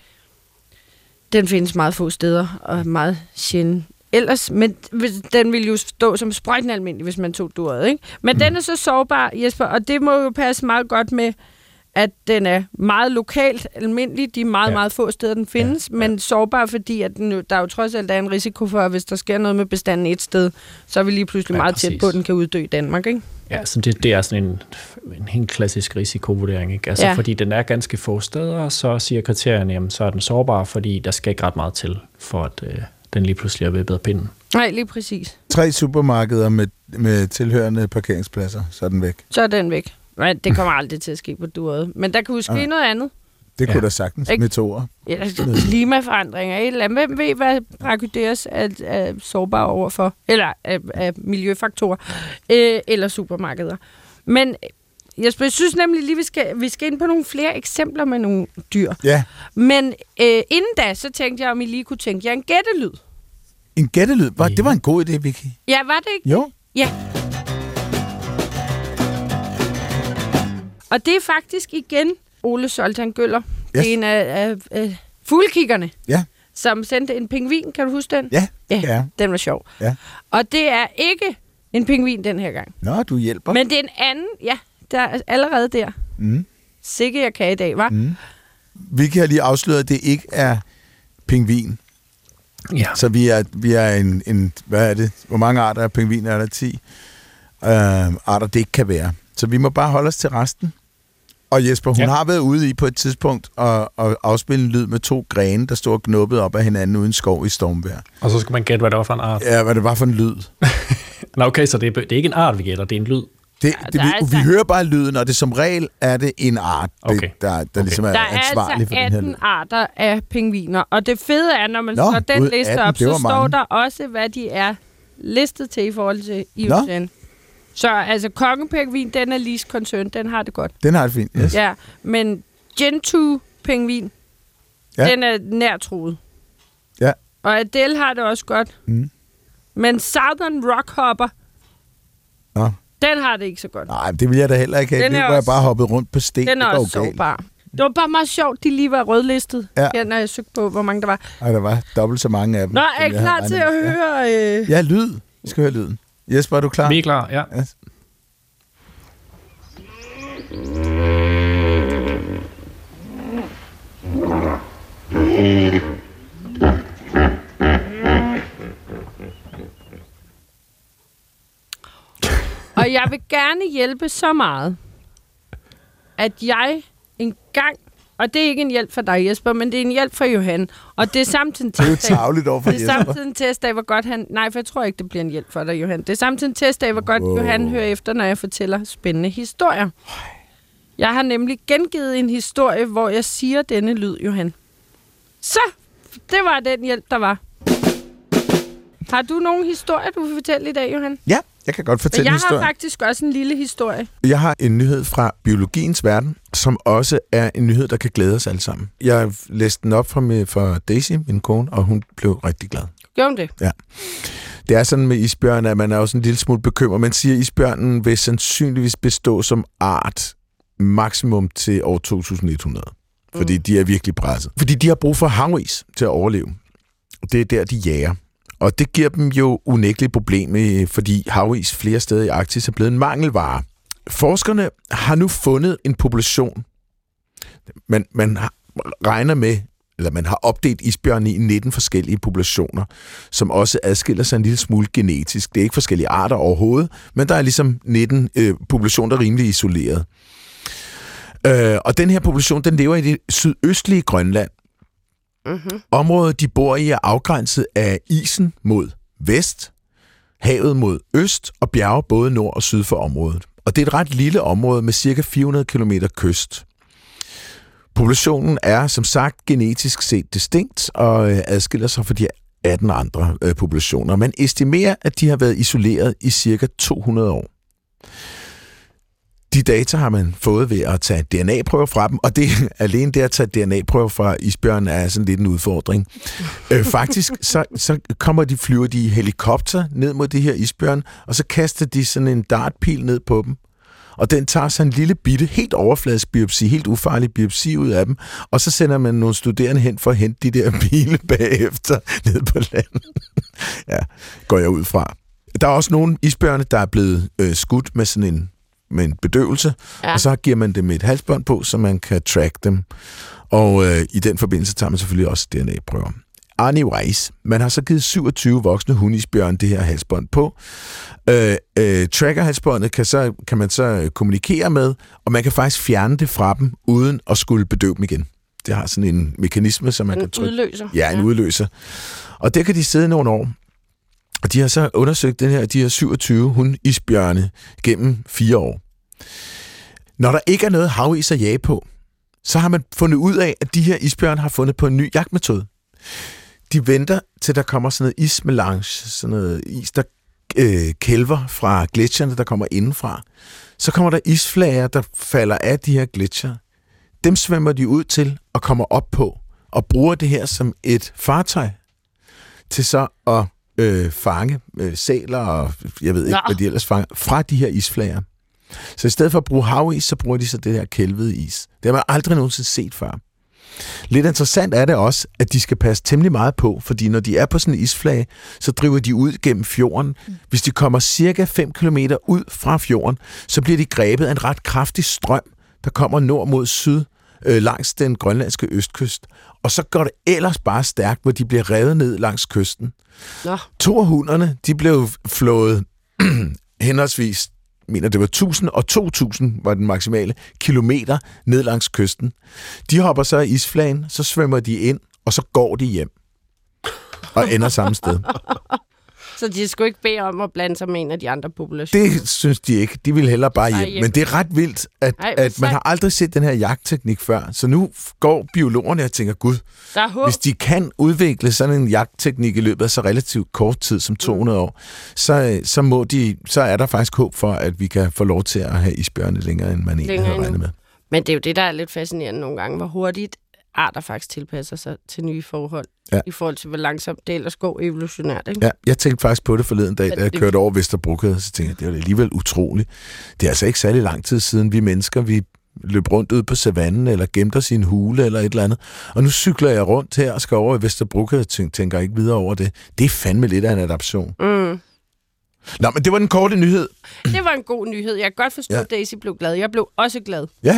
den findes meget få steder, og er meget sjælden ellers. Men den ville jo stå som sprøjten almindelig, hvis man tog duret, ikke? Men mm. den er så sårbar, Jesper, og det må jo passe meget godt med, at den er meget lokalt almindelig. De er meget, ja. meget få steder, den findes, ja. Ja. men sårbar, fordi at den, der er jo trods alt er en risiko for, at hvis der sker noget med bestanden et sted, så er vi lige pludselig ja, meget præcis. tæt på, at den kan uddø i Danmark, ikke? Ja, så det, det er sådan en, en helt klassisk risikovurdering, ikke? Altså, Ja. fordi den er ganske få steder, så siger kriterierne, jamen, så er den sårbar, fordi der skal ikke ret meget til, for at øh, den lige pludselig er ved bedre pinden. Nej, lige præcis. Tre supermarkeder med, med tilhørende parkeringspladser, så er den væk. Så er den væk. Men det kommer aldrig til at ske på duret. Men der kan jo ske Ja. noget andet. Det kunne Ja. da sagtens Ikke? med to år. Ja, klimaforandringer, et eller andet. Hvem ved, hvad Brachydias er, er sårbar overfor? Eller af, af miljøfaktorer. Øh, eller supermarkeder. Men Jesper, jeg synes nemlig lige, vi skal, vi skal ind på nogle flere eksempler med nogle dyr. Ja, Men øh, inden da, så tænkte jeg, om I lige kunne tænke jer en gættelyd. en gættelyd. Var, Ja. Det var en god idé, Vicky. Ja, var det ikke? Jo. Ja. Og det er faktisk igen Ole Zoltan Gøller. Yes. Yes. Det er en af, af, af fuglekiggerne, Ja, som sendte en pingvin. Kan du huske den? ja, Ja, ja. den var sjov. Ja. Og det er ikke en pingvin den her gang. Nå, du hjælper. Men det er en anden, ja, der er allerede der. Mm. Sikke jeg kan i dag, var. Mm. Vicky har lige afsløret, at det ikke er pingvin. Ja. Så vi er, vi er en, en, hvad er det? Hvor mange arter af pingviner er der? ti øh, arter, det ikke kan være. Så vi må bare holde os til resten. Og Jesper, hun Ja. har været ude i på et tidspunkt og, og afspille en lyd med to grene, der stod og knuppede op af hinanden uden skov i stormvejr. Og så skal man gætte, hvad det var for en art. Ja, hvad det var for en lyd. Nå, okay, så det er, det er ikke en art, vi gætter, det er en lyd. Det, Ja, det, der vi, er altså- vi hører bare lyden, og det som regel er det en art, det, Okay. der, der Okay. ligesom er Der er ansvarlig altså for den her lyd. atten arter af pingviner. Og det fede er, når man Nå, slår den gud, liste atten, op, det var så står mange. der også, hvad de er listet til i forhold til I U C N. Nå. Så altså, kongepingvin, den er least concerned, den har det godt. Den har det fint, yes. Ja, men Gentoo-pingvin, Ja. ja. den er nærtruet. Ja. Og Adele har det også godt. Mm. Men Southern Rockhopper, Nå. den har det ikke så godt. Nej, det vil jeg da heller ikke have. Den Nu er var jeg også- bare hoppet rundt på sten. Den er det går også jo galt. sårbar. Det var bare meget sjovt, de lige var rødlistet, Ja. ja. når jeg søgte på, hvor mange der var. Og der var dobbelt så mange af dem. Nå, som er I jeg havde klar til regnet at med. høre? Øh... Ja, ja lyd. Vi skal høre lyden. Jesper, er du klar? Vi er klar, ja. Yes. Og jeg vil gerne hjælpe så meget, at jeg en gang, og det er ikke en hjælp for dig, Jesper, men det er en hjælp for Johan. Og det er samtidig en Det er jo test af, tarveligt over for det er Jesper. samtidig en test af, hvor godt han... Nej, for jeg tror ikke, det bliver en hjælp for dig, Johan. Det er samtidig en test af, hvor godt Wow. Johan hører efter, når jeg fortæller spændende historier. Jeg har nemlig gengivet en historie, hvor jeg siger denne lyd, Johan. Så, det var den hjælp, der var. Har du nogen historier, du vil fortælle i dag, Johan? Ja, jeg kan godt fortælle Jeg en har historie. faktisk også en lille historie. Jeg har en nyhed fra biologiens verden, som også er en nyhed, der kan glæde os alle sammen. Jeg læste den op for, mig, for Daisy, min kone, og hun blev rigtig glad. Gjorde hun det? Ja. Det er sådan med isbjørn, at man er også en lille smule bekymret. Man siger, at isbjørnen vil sandsynligvis bestå som art maksimum til år to tusind et hundrede. Fordi mm. de er virkelig presset. Fordi de har brug for havis til at overleve. Det er der, de jager. Og det giver dem jo unægteligt problem, fordi havis flere steder i Arktis er blevet en mangelvare. Forskerne har nu fundet en population. Man, man regner med, eller man har opdelt isbjørne i nitten forskellige populationer, som også adskiller sig en lille smule genetisk. Det er ikke forskellige arter overhovedet, men der er ligesom nitten øh, populationer, der er rimelig isoleret. Øh, og den her population, den lever i det sydøstlige Grønland. Mm-hmm. Området, de bor i, er afgrænset af isen mod vest, havet mod øst og bjerge både nord og syd for området. Og det er et ret lille område med cirka fire hundrede kilometer kyst. Populationen er som sagt genetisk set distinkt og adskiller sig fra de atten andre øh, populationer. Man estimerer, at de har været isoleret i cirka to hundrede år. De data har man fået ved at tage D N A-prøver fra dem, og det alene det at tage D N A-prøver fra isbjørnen er sådan lidt en udfordring. øh, faktisk så, så kommer de, flyver de i helikopter ned mod de her isbjørn, og så kaster de sådan en dartpil ned på dem. Og den tager så en lille bitte, helt overfladisk biopsi, helt ufarlig biopsi ud af dem, og så sender man nogle studerende hen for at hente de der pile bagefter ned på landet. Ja, går jeg ud fra. Der er også nogle isbjørne, der er blevet øh, skudt med sådan en med en bedøvelse, ja. Og så giver man dem et halsbånd på, så man kan track dem. Og øh, i den forbindelse tager man selvfølgelig også D N A-prøver. Anyways, man har så givet syvogtyve voksne hundisbjørn det her halsbånd på. Øh, øh, tracker-halsbåndet kan, så, kan man så kommunikere med, og man kan faktisk fjerne det fra dem, uden at skulle bedøve dem igen. Det har sådan en mekanisme, som man en kan trykke. Udløser. Ja, en ja. udløser. Og der kan de sidde nogle år. Og de har så undersøgt den her, de her syvogtyve hundisbjørne gennem fire år. Når der ikke er noget havis at jage på, så har man fundet ud af, at de her isbjørne har fundet på en ny jagtmetode. De venter til der kommer sådan noget ismelange, sådan noget is, der øh, kælver fra gletsjerne, der kommer indenfra. Så kommer der isflager, der falder af de her gletsjer. Dem svømmer de ud til og kommer op på, og bruger det her som et fartøj til så at øh, fange øh, sæler og jeg ved ikke, Nå. hvad de ellers fanger, fra de her isflager. Så i stedet for at bruge havis, så bruger de så det her kælvede is. Det har man aldrig nogensinde set før. Lidt interessant er det også, at de skal passe temmelig meget på, fordi når de er på sådan en isflage, så driver de ud gennem fjorden. Hvis de kommer cirka fem kilometer ud fra fjorden, så bliver de grebet af en ret kraftig strøm, der kommer nord mod syd øh, langs den grønlandske østkyst. Og så går det ellers bare stærkt, hvor de bliver revet ned langs kysten. Nå. To af hunderne, de blev flået henholdsvis, jeg mener det var tusind og to tusind var den maksimale kilometer ned langs kysten. De hopper så i isflagen, så svømmer de ind, og så går de hjem. Og ender samme sted. Så de skulle ikke bede om at blande sig med en af de andre populationer? Det synes de ikke. De vil hellere bare hjem. hjem. Men det er ret vildt, at, Ej, at man har aldrig set den her jagtteknik før. Så nu går biologerne og tænker, gud, hvis de kan udvikle sådan en jagtteknik i løbet af så relativt kort tid som to hundrede år, så, så, må de, så er der faktisk håb for, at vi kan få lov til at have isbjørne længere, end man egentlig havde regnet med. Men det er jo det, der er lidt fascinerende nogle gange, hvor hurtigt arter faktisk tilpasser sig til nye forhold, ja. I forhold til, hvor langsomt det ellers går evolutionært. Ikke? Ja, jeg tænkte faktisk på det forleden dag, da jeg kørte over Vesterbrogade, så tænkte jeg, det var alligevel utroligt. Det er altså ikke særlig lang tid siden, vi mennesker, vi løb rundt ud på savannen, eller gemte os i en hule, eller et eller andet. Og nu cykler jeg rundt her og skal over i Vesterbrogade, og tænker, tænker ikke videre over det. Det er fandme lidt af en adaption. Mm. Nå, men det var den korte nyhed. Det var en god nyhed. Jeg kan godt forstå, ja. At Daisy blev glad. Jeg blev også glad. Ja.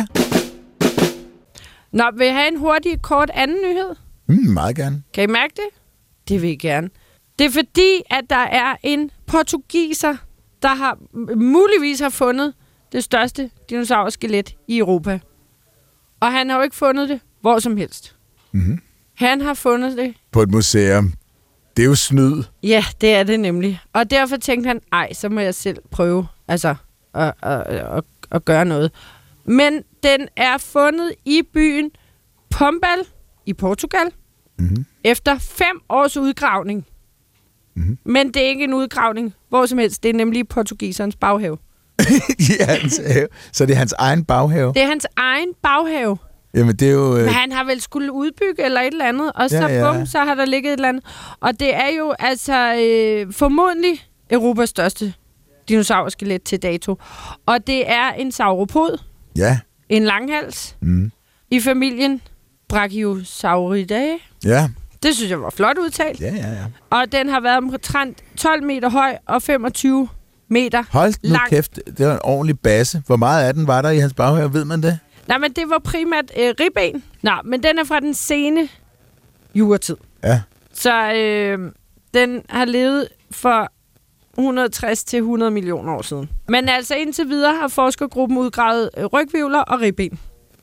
Nå, vil I have en hurtig, kort anden nyhed? Mm, meget gerne. Kan I mærke det? Det vil I gerne. Det er fordi, at der er en portugiser, der har muligvis har fundet det største dinosaurskelet i Europa. Og han har jo ikke fundet det hvor som helst. Mm-hmm. Han har fundet det på et museum. Det er jo snyd. Ja, det er det nemlig. Og derfor tænkte han, ej, så må jeg selv prøve altså, at, at, at, at gøre noget. Men den er fundet i byen Pombal i Portugal, mm-hmm. efter fem års udgravning. Mm-hmm. Men det er ikke en udgravning hvor som helst. Det er nemlig portugisernes baghave. I hans have. Så det er hans egen baghave? Det er hans egen baghave. Jamen, det er jo... Øh... Men han har vel skulle udbygge eller et eller andet, og så Ja, ja. bum, så har der ligget et eller andet. Og det er jo altså øh, formodentlig Europas største dinosaur-skelet til dato. Og det er en sauropod, Ja. en langhals, Mm. i familien Brachiosauridae. Ja. Det synes jeg var flot udtalt. Ja, ja, ja. Og den har været omtrent tolv meter høj og femogtyve meter Hold nu lang. kæft, det var en ordentlig base. Hvor meget af den var der i hans baghave, ved man det? Nej, men det var primært øh, ribben. Nå, men den er fra den sene juratid. Ja. Så øh, den har levet for et hundrede og tres til hundrede millioner år siden. Men altså indtil videre har forskergruppen udgravet øh, rygvivler og ribben.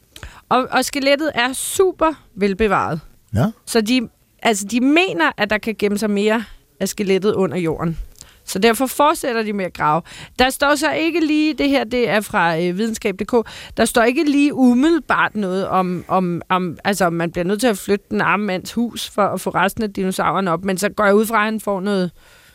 Og, og skelettet er super velbevaret. Ja. Så de, altså, de mener, at der kan gemme sig mere af skelettet under jorden. Så derfor fortsætter de med at grave. Der står så ikke lige, det her det er fra øh, videnskab punktum d k, der står ikke lige umiddelbart noget om, om, om, altså om man bliver nødt til at flytte den arme mands hus for at få resten af dinosaurerne op, men så går jeg ud fra, at han får noget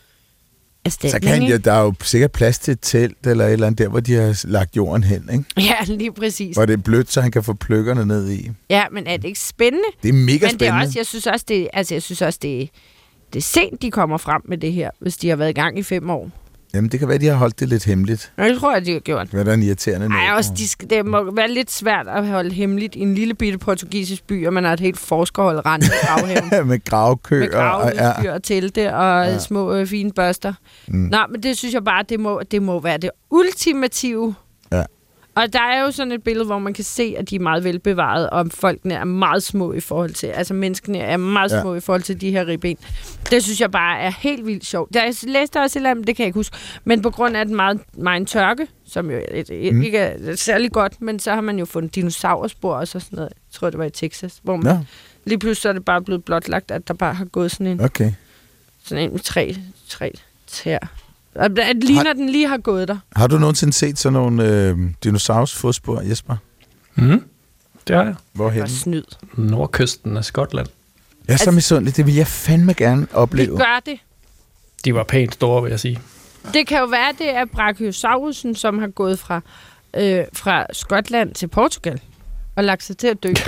erstatning. Så kan ja, der er jo sikkert plads til et telt eller et eller andet der, hvor de har lagt jorden hen, ikke? Ja, lige præcis. Hvor det er blødt, så han kan få pløkkerne ned i. Ja, men er det ikke spændende? Det er mega men spændende. Det er også, jeg synes også, det, altså, jeg synes også, det, det er sent, de kommer frem med det her, hvis de har været i gang i fem år. Jamen, det kan være, de har holdt det lidt hemmeligt. Jeg tror, at de har gjort. Hvad er en irriterende Nej, nabo? også, de skal, det må være lidt svært at holde hemmeligt i en lille bitte portugisisk by, og man har et helt forskerhold rende i gravhaven. med gravkøer. Med graveudstyr ja. og telte og Ja. ja. små øh, fine børster. Mm. Nå, men det synes jeg bare, det må, det må være det ultimative. Ja. Og der er jo sådan et billede, hvor man kan se, at de er meget velbevaret, og folkene er meget små i forhold til, altså menneskene er meget Ja. små i forhold til de her ribben. Det synes jeg bare er helt vildt sjovt. Jeg læste også et eller andet, det kan jeg ikke huske, men på grund af den meget, meget tørke, som jo et, et, Mm. ikke er særlig godt, men så har man jo fundet dinosaurspor og så sådan noget. Jeg tror, det var i Texas, hvor man Nå, lige pludselig er det bare blevet blotlagt, at der bare har gået sådan en, okay. sådan en med tre, tre tær. Og det ligner, Har- den lige har gået der. Har du nogensinde set sådan nogle øh, dinosaurs fodspor, Jesper? Mm. Det er jeg. Hvorhen? Og snyd. Nordkysten af Skotland. Jeg er så Altså- misundelig. Det vil jeg fandme gerne Vi opleve. gør det. De var pænt store, vil jeg sige. Det kan jo være, det er Brachiosaurusen, som har gået fra, øh, fra Skotland til Portugal og lagt sig til at dø.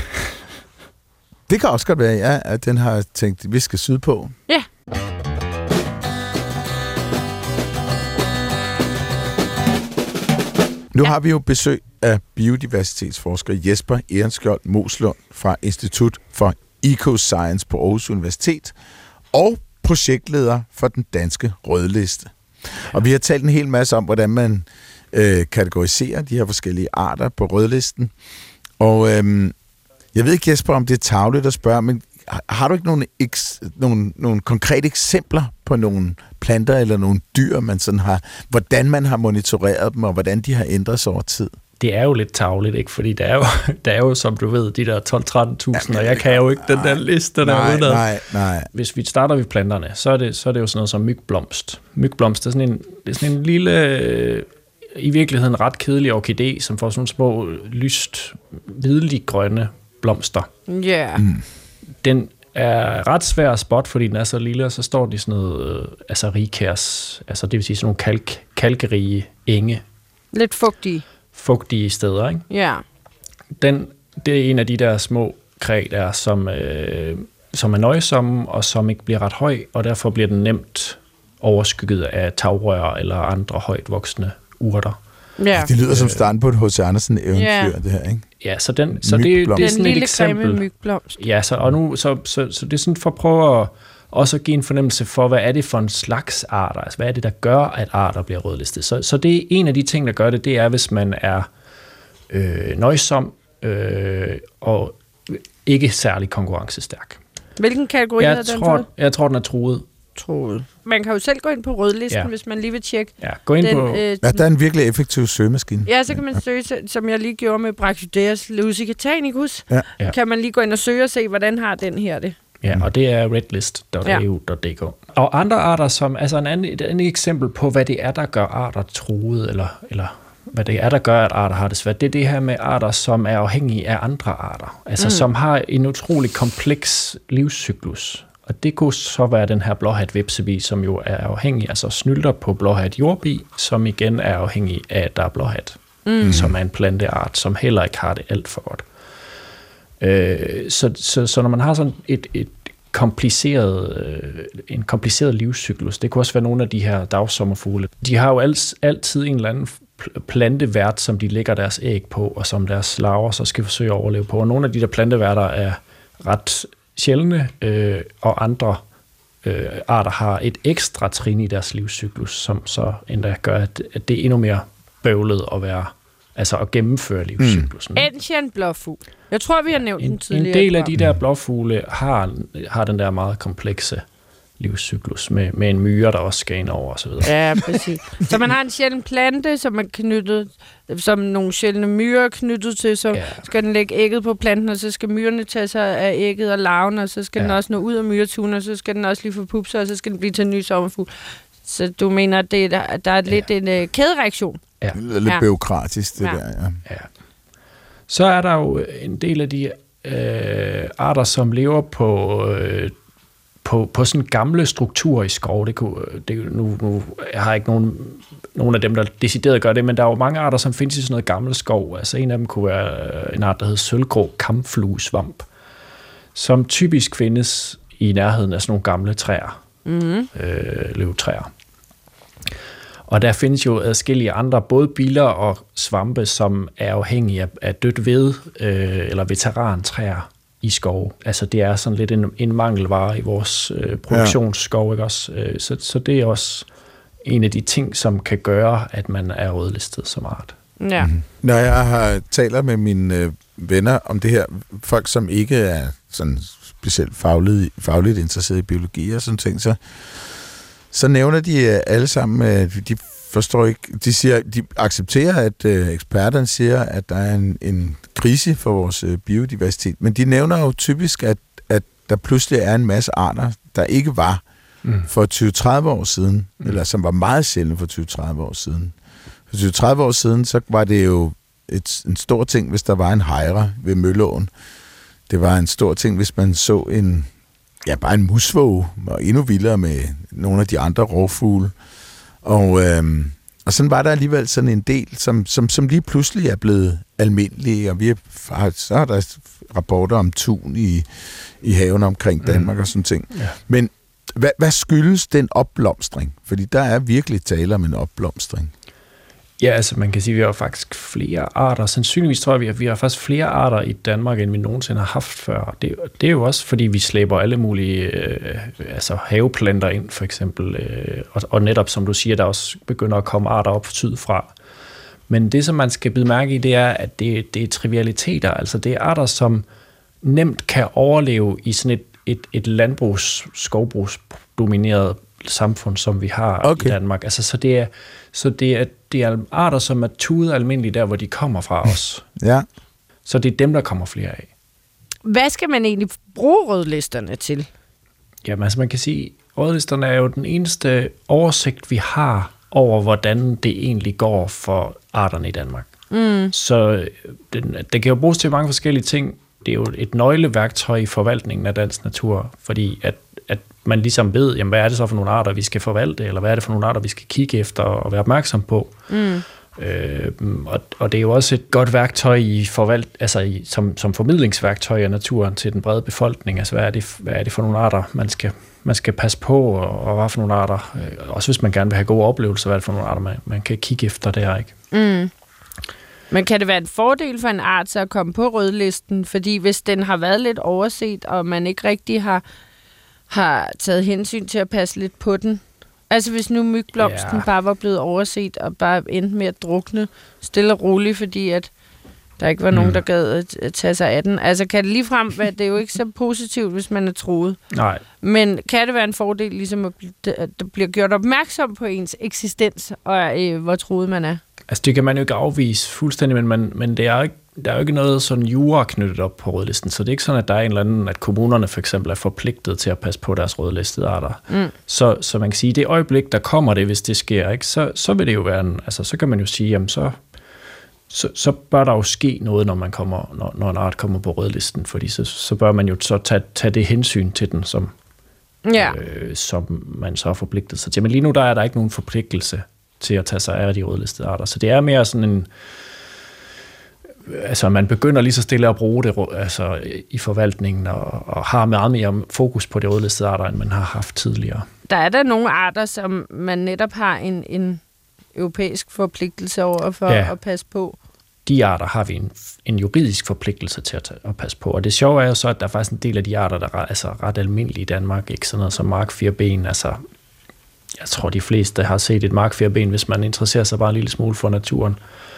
Det kan også godt være, ja, at den har tænkt, at vi skal sydpå. Ja. Nu har vi jo besøg af biodiversitetsforsker Jesper Ehrenskjold Moslund fra Institut for Ecoscience på Aarhus Universitet og projektleder for den danske rødliste. Og vi har talt en hel masse om, hvordan man øh, kategoriserer de her forskellige arter på rødlisten. Og øh, jeg ved ikke, Jesper, om det er tarveligt at spørge, men har- har du ikke nogle, eks, nogle, nogle konkrete eksempler på nogle planter eller nogle dyr, man sådan har, hvordan man har monitoreret dem, og hvordan de har ændret sig over tid? Det er jo lidt tarveligt, ikke? Fordi der er jo, der er jo som du ved, de der tolv til tretten tusind, og jeg kan jo ikke den der liste, der Nej, er udenad. nej, nej. Hvis vi starter ved planterne, så er det, så er det jo sådan noget som mygblomst. Mygblomst er sådan en, det er sådan en lille, øh, i virkeligheden ret kedelig orkidé, som får sådan nogle små, lyst, hvidlig grønne blomster. Ja. Yeah. Mm. Den er ret svær at spotte, fordi den er så lille, og så står den i sådan noget, øh, altså rigkærs, altså det vil sige sådan nogle kalk, kalkerige enge, Lidt fugtige. fugtige steder, ikke? Ja. Den, det er en af de der små kræ der, som, øh, som er nøjsomme, og som ikke bliver ret høj, og derfor bliver den nemt overskygget af tagrør eller andre højt voksne urter. Ja. Det lyder som starten på et H C Andersen-eventyr, Ja. det her, ikke? Ja, så, den, så det, Mygblomst. det er Den sådan et lille eksempel. grimme mygblomst. Ja, så, og nu, så, så, så det er sådan for at prøve at også at give en fornemmelse for, hvad er det for en slags arter? Altså, hvad er det, der gør, at arter bliver rødlistet? Så, så det er en af de ting, der gør det, det er, hvis man er øh, nøjsom øh, og ikke særlig konkurrencestærk. Hvilken kategori Jeg har den tror, fået? jeg tror, den er truet. Troet. Man kan jo selv gå ind på rødlisten, Ja. hvis man lige vil tjekke Ja, gå ind den. på... Øh, Ja, der er en virkelig effektiv søgemaskine. ja, så kan man søge, som jeg lige gjorde med Brachydeus lusitanicus. Ja. Ja. Kan man lige gå ind og søge og se, hvordan har den her det. Ja, og det er redlist punktum e u punktum d k. Og andre arter, som, altså en anden, et andet eksempel på, hvad det er, der gør arter truede, eller, eller hvad det er, der gør, at arter har det svært, det er det her med arter, som er afhængige af andre arter. Altså, mm. som har en utrolig kompleks livscyklus. Og det kunne så være den her blåhat vepsebi, som jo er afhængig, altså snylter på blåhat jordbi, som igen er afhængig af, at der er blåhat, mm. som er en planteart, som heller ikke har det alt for godt. Øh, så, så, så når man har sådan et, et kompliceret, øh, en kompliceret livscyklus, det kunne også være nogle af de her dagsommerfugle, de har jo alt, altid en eller anden plantevært, som de lægger deres æg på, og som deres larver så skal forsøge at overleve på. Og nogle af de der planteværter er ret sjældne, øh, og andre øh, arter har et ekstra trin i deres livscyklus, som så endda gør, at, at det er endnu mere bøvlet at være, altså at gennemføre livscyklusen. Mm. Ensian blåfugl. Jeg tror, vi har nævnt en, den tidligere. En del af de der blåfugle har, har den der meget komplekse livscyklus med, med en myre, der også skal ind over osv. Ja, præcis. Så man har en sjælden plante, som er knyttet, som nogle sjældne myrer er knyttet til, så ja. skal den lægge ægget på planten, og så skal myrerne tage sig af ægget og larven, og så skal ja. den også nå ud af myretunen, og så skal den også lige få pupser, og så skal den blive til en ny sommerfugl. Så du mener, at det, der, der er lidt ja. en uh, kædereaktion? Ja. Det er lidt ja. bureaukratisk, det ja. der, ja. ja. Så er der jo en del af de øh, arter, som lever på... Øh, På, på sådan gamle strukturer i skov. Det kunne, det, nu, nu jeg har ikke nogen, nogen af dem, der decideret gør det, men der er jo mange arter, som findes i sådan noget gammel skov. Altså en af dem kunne være en art, der hedder sølvgrå kamfluesvamp, som typisk findes i nærheden af sådan nogle gamle træer, mm-hmm. øh, løvtræer. Og der findes jo adskillige andre, både biller og svampe, som er afhængige af, af dødt ved øh, eller veterantræer i skov. Altså det er sådan lidt en, en mangelvare i vores øh, produktionsskov, ja. ikke også? Øh, så, så det er også en af de ting, som kan gøre, at man er rødlistet som art. Ja. Mm-hmm. Når jeg har taler med mine øh, venner om det her, folk som ikke er sådan specielt fagligt, fagligt interesseret i biologi og sådan ting, så, så nævner de øh, alle sammen, at de forstår ikke, de siger, de accepterer, at øh, eksperterne siger, at der er en, en krise for vores øh, biodiversitet, men de nævner jo typisk, at, at der pludselig er en masse arter, der ikke var mm. for tyve til tredive år siden, mm. eller som var meget sjældne for tyve til tredive år siden. For tyve til tredive år siden, så var det jo et, en stor ting, hvis der var en hejre ved Mølleåen. Det var en stor ting, hvis man så en, ja, bare en musvåge, og endnu vildere med nogle af de andre rovfugle. Og, øhm, og sådan var der alligevel sådan en del, som, som, som lige pludselig er blevet almindelige, og vi har, så er der rapporter om tun i, i haven omkring Danmark mm. og sådan ting. Ja. Men hvad, hvad skyldes den opblomstring? Fordi der er virkelig tale om en opblomstring. Ja, altså man kan sige, at vi har faktisk flere arter. Sandsynligvis tror jeg, vi har, vi har faktisk flere arter i Danmark, end vi nogensinde har haft før. Det, det er jo også, fordi vi slæber alle mulige øh, altså haveplanter ind, for eksempel. Øh, og, og netop, som du siger, der også begynder at komme arter op syd fra. Men det, som man skal bide mærke i, det er, at det, det er trivialiteter. Altså det er arter, som nemt kan overleve i sådan et, et, et landbrugs-, skovbrugsdomineret samfund, som vi har okay. i Danmark. Altså, så det er, så det er, det er arter, som er tudet almindeligt der, hvor de kommer fra os. Ja. Så det er dem, der kommer flere af. Hvad skal man egentlig bruge rødlisterne til? Jamen, altså man kan sige, rødlisterne er jo den eneste oversigt, vi har over, hvordan det egentlig går for arterne i Danmark. Mm. Så den, det kan jo bruges til mange forskellige ting. Det er jo et nøgleværktøj i forvaltningen af dansk natur, fordi at, at man ligesom ved, jamen, hvad er det så for nogle arter, vi skal forvalte, eller hvad er det for nogle arter, vi skal kigge efter og være opmærksom på. Mm. Øh, og, og det er jo også et godt værktøj i forvalt, altså i, som, som formidlingsværktøj af naturen til den brede befolkning. Altså hvad er det, hvad er det for nogle arter, man skal, man skal passe på, og, og hvad for nogle arter, øh, også hvis man gerne vil have gode oplevelser, hvad er det for nogle arter, man, man kan kigge efter der, ikke? Mm. Men kan det være en fordel for en art så at komme på rødlisten? Fordi hvis den har været lidt overset, og man ikke rigtig har, har taget hensyn til at passe lidt på den. Altså hvis nu mygblomsten ja. bare var blevet overset, og bare endte med at drukne stille og roligt, fordi at der ikke var mm. nogen, der gad at tage sig af den. Altså kan det ligefrem være, det er jo ikke så positivt, hvis man er truet. Nej. Men kan det være en fordel, ligesom at der bliver gjort opmærksom på ens eksistens, og øh, hvor truet man er? Altså det kan man jo ikke afvise fuldstændig, men, man, men det er ikke, der er jo ikke noget sådan jura knyttet op på rødlisten, så det er ikke sådan, at der er en eller anden, at kommunerne for eksempel er forpligtet til at passe på deres rødlistede arter. Mm. Så, så man kan sige, at det øjeblik, der kommer det, hvis det sker, ikke, så, så vil det jo være en, altså så kan man jo sige, jamen så, så, så bør der jo ske noget, når man kommer, når, når en art kommer på rødlisten, fordi så, så bør man jo så tage, tage det hensyn til den, som, ja. øh, som man så har forpligtet sig til. Men lige nu, der er der ikke nogen forpligtelse til at tage sig af de rødlistede arter. Så det er mere sådan en, altså man begynder lige så stille at bruge det altså, i forvaltningen, og, og har meget mere fokus på de rødlistede arter, end man har haft tidligere. Der er der nogle arter, som man netop har en, en europæisk forpligtelse over for ja. At passe på. De arter har vi en, en juridisk forpligtelse til at, at passe på. Og det sjove er jo så, at der er faktisk en del af de arter, der er altså ret almindelige i Danmark. Ikke sådan noget som markfirben. Altså, jeg tror, de fleste har set et markfirben, hvis man interesserer sig bare en lille smule for naturen.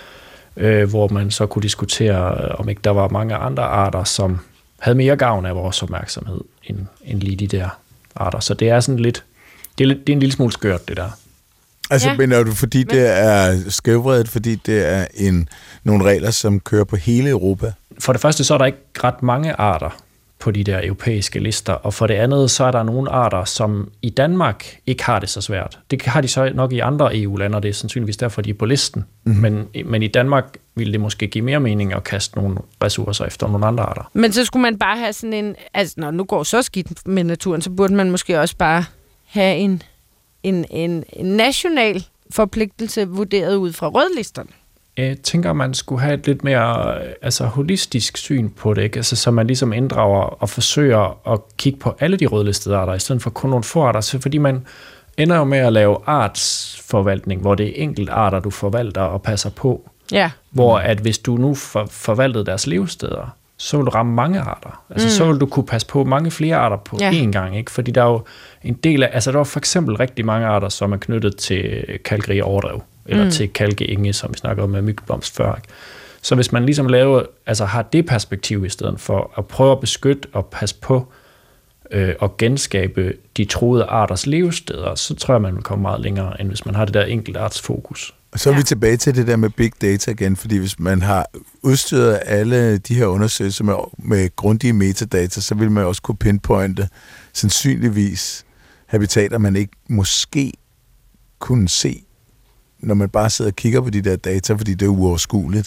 Øh, hvor man så kunne diskutere, om ikke der var mange andre arter, som havde mere gavn af vores opmærksomhed, end, end lige de der arter. Så det er sådan lidt, det er, det er en lille smule skørt, det der. Altså, ja. mener du, fordi det er skævvredet, fordi det er en, nogle regler, som kører på hele Europa? For det første, så er der ikke ret mange arter på de der europæiske lister, og for det andet, så er der nogle arter, som i Danmark ikke har det så svært. Det har de så nok i andre E U-lande, og det er sandsynligvis derfor, de er på listen. Mm-hmm. Men, men i Danmark ville det måske give mere mening at kaste nogle ressourcer efter nogle andre arter. Men så skulle man bare have sådan en... Altså, når nu går så skidt med naturen, så burde man måske også bare have en... En, en, en national forpligtelse vurderet ud fra rødlisterne. Jeg tænker, man skulle have et lidt mere altså, holistisk syn på det, ikke? Altså, så man ligesom inddrager og forsøger at kigge på alle de rødlistede arter, i stedet for kun nogle få arter, så fordi man ender jo med at lave artsforvaltning, hvor det er enkelt arter, du forvalter og passer på. Ja. Hvor at hvis du nu for, forvaltede deres levesteder, så vil du ramme mange arter. Altså, mm. så vil du kunne passe på mange flere arter på ja. én gang, ikke? Fordi der er jo en del af, altså der er for eksempel rigtig mange arter, som er knyttet til kalkrige overdrev, eller mm. til kalkeinge, som vi snakker om med myggeblomst før. Ikke? Så hvis man ligesom laver, altså har det perspektiv i stedet for at prøve at beskytte og passe på øh, og genskabe de truede arters levesteder, så tror jeg, man vil komme meget længere, end hvis man har det der enkelt arts fokus. Og så er ja. vi tilbage til det der med big data igen, fordi hvis man har udstyret alle de her undersøgelser med, med grundige metadata, så vil man også kunne pinpointe sandsynligvis habitater, man ikke måske kunne se, når man bare sidder og kigger på de der data, fordi det er uoverskueligt.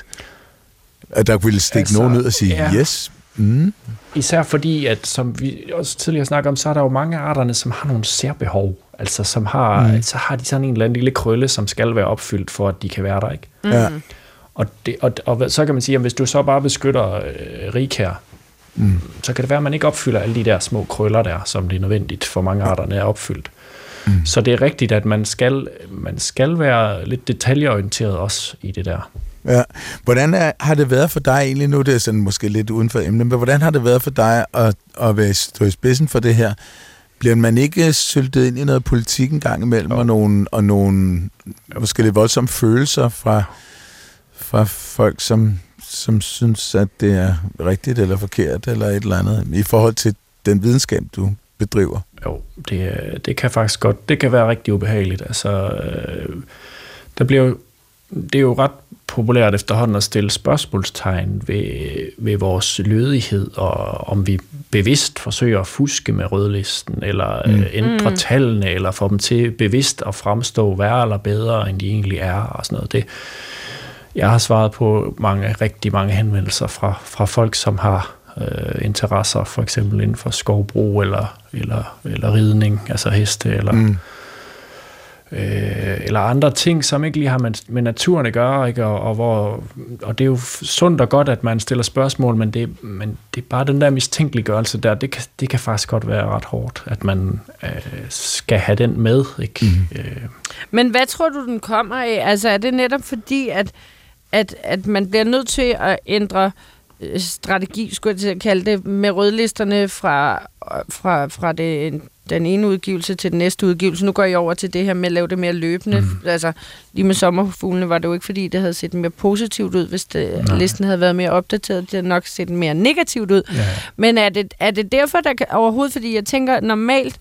At der ville stikke altså, nogen ud og sige, ja. yes. Mm. Især fordi, at som vi også tidligere snakkede om, så er der jo mange af arterne, som har nogle særbehov. Altså, som har, mm. så har de sådan en eller anden lille krølle, som skal være opfyldt, for at de kan være der, ikke? Mm. Ja. Og, det, og, og så kan man sige, at hvis du så bare beskytter øh, rigkær, mm. så kan det være, at man ikke opfylder alle de der små krøller der, som det er nødvendigt for mange arterne er opfyldt. Mm. Så det er rigtigt, at man skal, man skal være lidt detaljeorienteret også i det der. Ja. Hvordan er, har det været for dig egentlig, nu det er sådan måske lidt uden for emnet, men hvordan har det været for dig at, at være stå i spidsen for det her? Bliver man ikke syltet ind i noget politik en gang imellem, og nogle, og nogle måske lidt voldsomme følelser fra, fra folk, som, som synes, at det er rigtigt eller forkert, eller et eller andet, i forhold til den videnskab, du bedriver? Jo, det, det kan faktisk godt, det kan være rigtig ubehageligt. Altså, der bliver jo, det er jo ret populært efterhånden at stille spørgsmålstegn ved, ved vores lødighed, og om vi bevidst forsøger at fuske med rødlisten, eller mm. ændre mm. tallene, eller få dem til bevidst at fremstå værre eller bedre, end de egentlig er, og sådan noget. Det, jeg har svaret på mange, rigtig mange henvendelser fra, fra folk, som har øh, interesser, for eksempel inden for skovbrug, eller, eller, eller ridning, altså heste, eller... Mm. Øh, eller andre ting, som ikke lige har med, med naturen at gøre, ikke? Og, og, hvor, og det er jo sundt og godt, at man stiller spørgsmål, men det, men det er bare den der mistænkeliggørelse der, det kan, det kan faktisk godt være ret hårdt, at man øh, skal have den med, ikke? Mm. Øh. Men hvad tror du, den kommer af? Altså er det netop fordi, at, at, at man bliver nødt til at ændre strategi, skulle jeg til at kalde det, med rødlisterne fra, fra, fra det, den ene udgivelse til den næste udgivelse. Nu går jeg over til det her med at lave det mere løbende. Mm. Altså, lige med sommerfuglene var det jo ikke, fordi det havde set mere positivt ud, hvis det, listen havde været mere opdateret. Det havde nok set mere negativt ud. Ja. Men er det, er det derfor, der kan, overhovedet, fordi jeg tænker, normalt,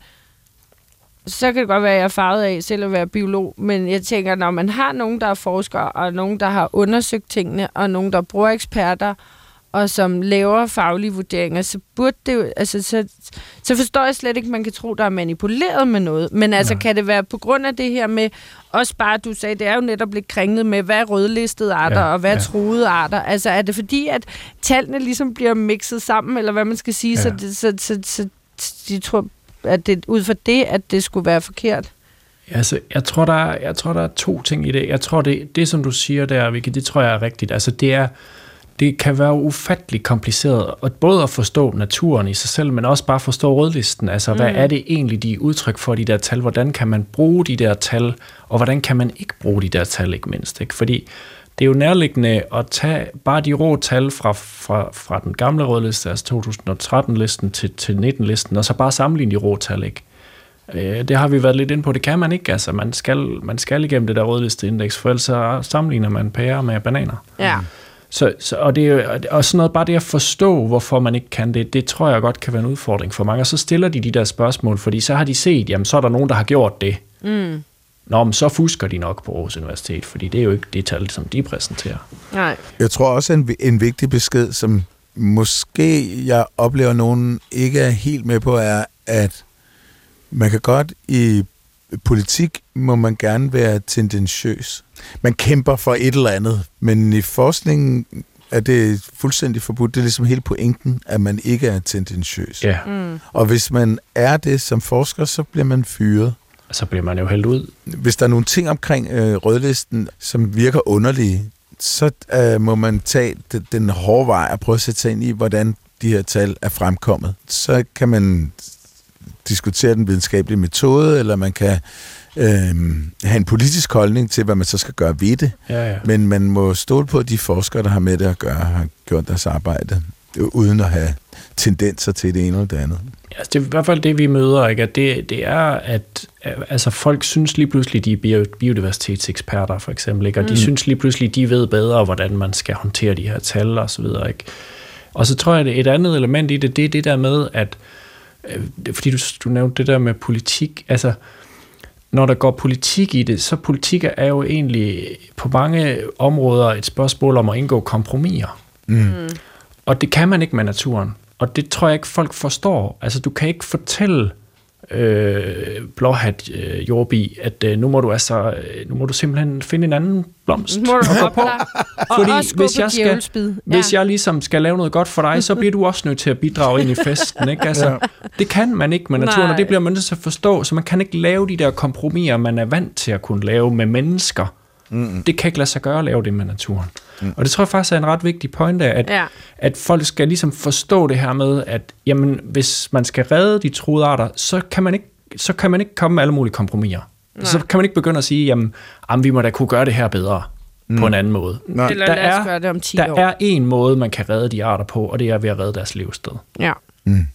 så kan det godt være, at jeg er farvet af selv at være biolog, men jeg tænker, når man har nogen, der er forskere, og nogen, der har undersøgt tingene, og nogen, der bruger eksperter, og som laver faglige vurderinger, så burde det jo, altså, så, så forstår jeg slet ikke, man kan tro, der er manipuleret med noget. Men altså, ja. Kan det være på grund af det her med, også bare, du sagde, det er jo netop lidt kringlet med, hvad er rødlistede arter, ja, og hvad er ja. truede arter? Altså, er det fordi, at tallene ligesom bliver mixet sammen, eller hvad man skal sige, ja. så, det, så, så, så de tror, at det ud fra det, at det skulle være forkert? Altså, jeg tror, der er, jeg tror, der er to ting i det. Jeg tror, det, det som du siger der, Vicky, det tror jeg er rigtigt. Altså, det er det kan være ufattelig kompliceret, og både at forstå naturen i sig selv, men også bare forstå rødlisten. Altså, mm. hvad er det egentlig, de er udtryk for, de der tal? Hvordan kan man bruge de der tal, og hvordan kan man ikke bruge de der tal, ikke mindst? Ikke? Fordi det er jo nærliggende at tage bare de rå tal fra, fra, fra den gamle rødliste, altså to tusind og tretten-listen til, til nitten-listen, og så bare sammenligne de rå tal, ikke? Det har vi været lidt inde på. Det kan man ikke. Altså, man skal, man skal igennem det der rødlisteindeks, for ellers så sammenligner man pærer med bananer. Ja. Så, så, og det er og sådan noget, bare det at forstå, hvorfor man ikke kan det, det tror jeg godt kan være en udfordring for mange. Og så stiller de de der spørgsmål, fordi så har de set, jamen så er der nogen, der har gjort det. Mm. Nå, men så fusker de nok på Aarhus Universitet, fordi det er jo ikke det tal, som de præsenterer. Nej. Jeg tror også, en, en vigtig besked, som måske jeg oplever, nogen ikke er helt med på, er, at man kan godt i politik, må man gerne være tendentiøs. Man kæmper for et eller andet, men i forskningen er det fuldstændig forbudt. Det er ligesom hele pointen, at man ikke er tendentiøs. Ja. Mm. Og hvis man er det som forsker, så bliver man fyret. Så bliver man jo hældt ud. Hvis der er nogle ting omkring øh, rødlisten, som virker underlige, så øh, må man tage den, den hårde vej og prøve at sætte sig ind i, hvordan de her tal er fremkommet. Så kan man diskutere den videnskabelige metode, eller man kan øh, have en politisk holdning til, hvad man så skal gøre ved det. Ja, ja. Men man må stole på, at de forskere, der har med det at gøre, har gjort deres arbejde, uden at have tendenser til det ene eller det andet. Ja, det er i hvert fald det, vi møder, ikke? At det, det er, at altså, folk synes lige pludselig, de er biodiversitetseksperter, for eksempel, ikke? Og de mm. synes lige pludselig, de ved bedre, hvordan man skal håndtere de her tal, og så videre, ikke? Og så tror jeg, at et andet element i det, det er det der med, at fordi du, du nævnte det der med politik, altså når der går politik i det, så politik er jo egentlig på mange områder et spørgsmål om at indgå kompromiser. Mm. Og det kan man ikke med naturen. Og det tror jeg ikke, folk forstår. Altså du kan ikke fortælle øh, blåhat øh, jordbi, at øh, nu må du altså, øh, nu må du simpelthen finde en anden blomst. Må du hoppe på. Fordi og hvis jeg, skal, ja. hvis jeg ligesom skal lave noget godt for dig, så bliver du også nødt til at bidrage ind i festen. Ikke? Altså, ja. Det kan man ikke med naturen, Nej. Og det bliver man nødt til at forstå. Så man kan ikke lave de der kompromiser, man er vant til at kunne lave med mennesker. Mm. Det kan ikke lade sig gøre at lave det med naturen. Mm. Og det tror jeg faktisk er en ret vigtig pointe, at, ja. At folk skal ligesom forstå det her med, at jamen, hvis man skal redde de truede arter, så kan man ikke, så kan man ikke komme med alle mulige kompromiser. Nej. Så kan man ikke begynde at sige, jamen, jamen vi må da kunne gøre det her bedre mm. på en anden måde. Nej. Eller lad os gøre det om ti der år. Der er en måde, man kan redde de arter på, og det er ved at redde deres levested. Ja. Mm.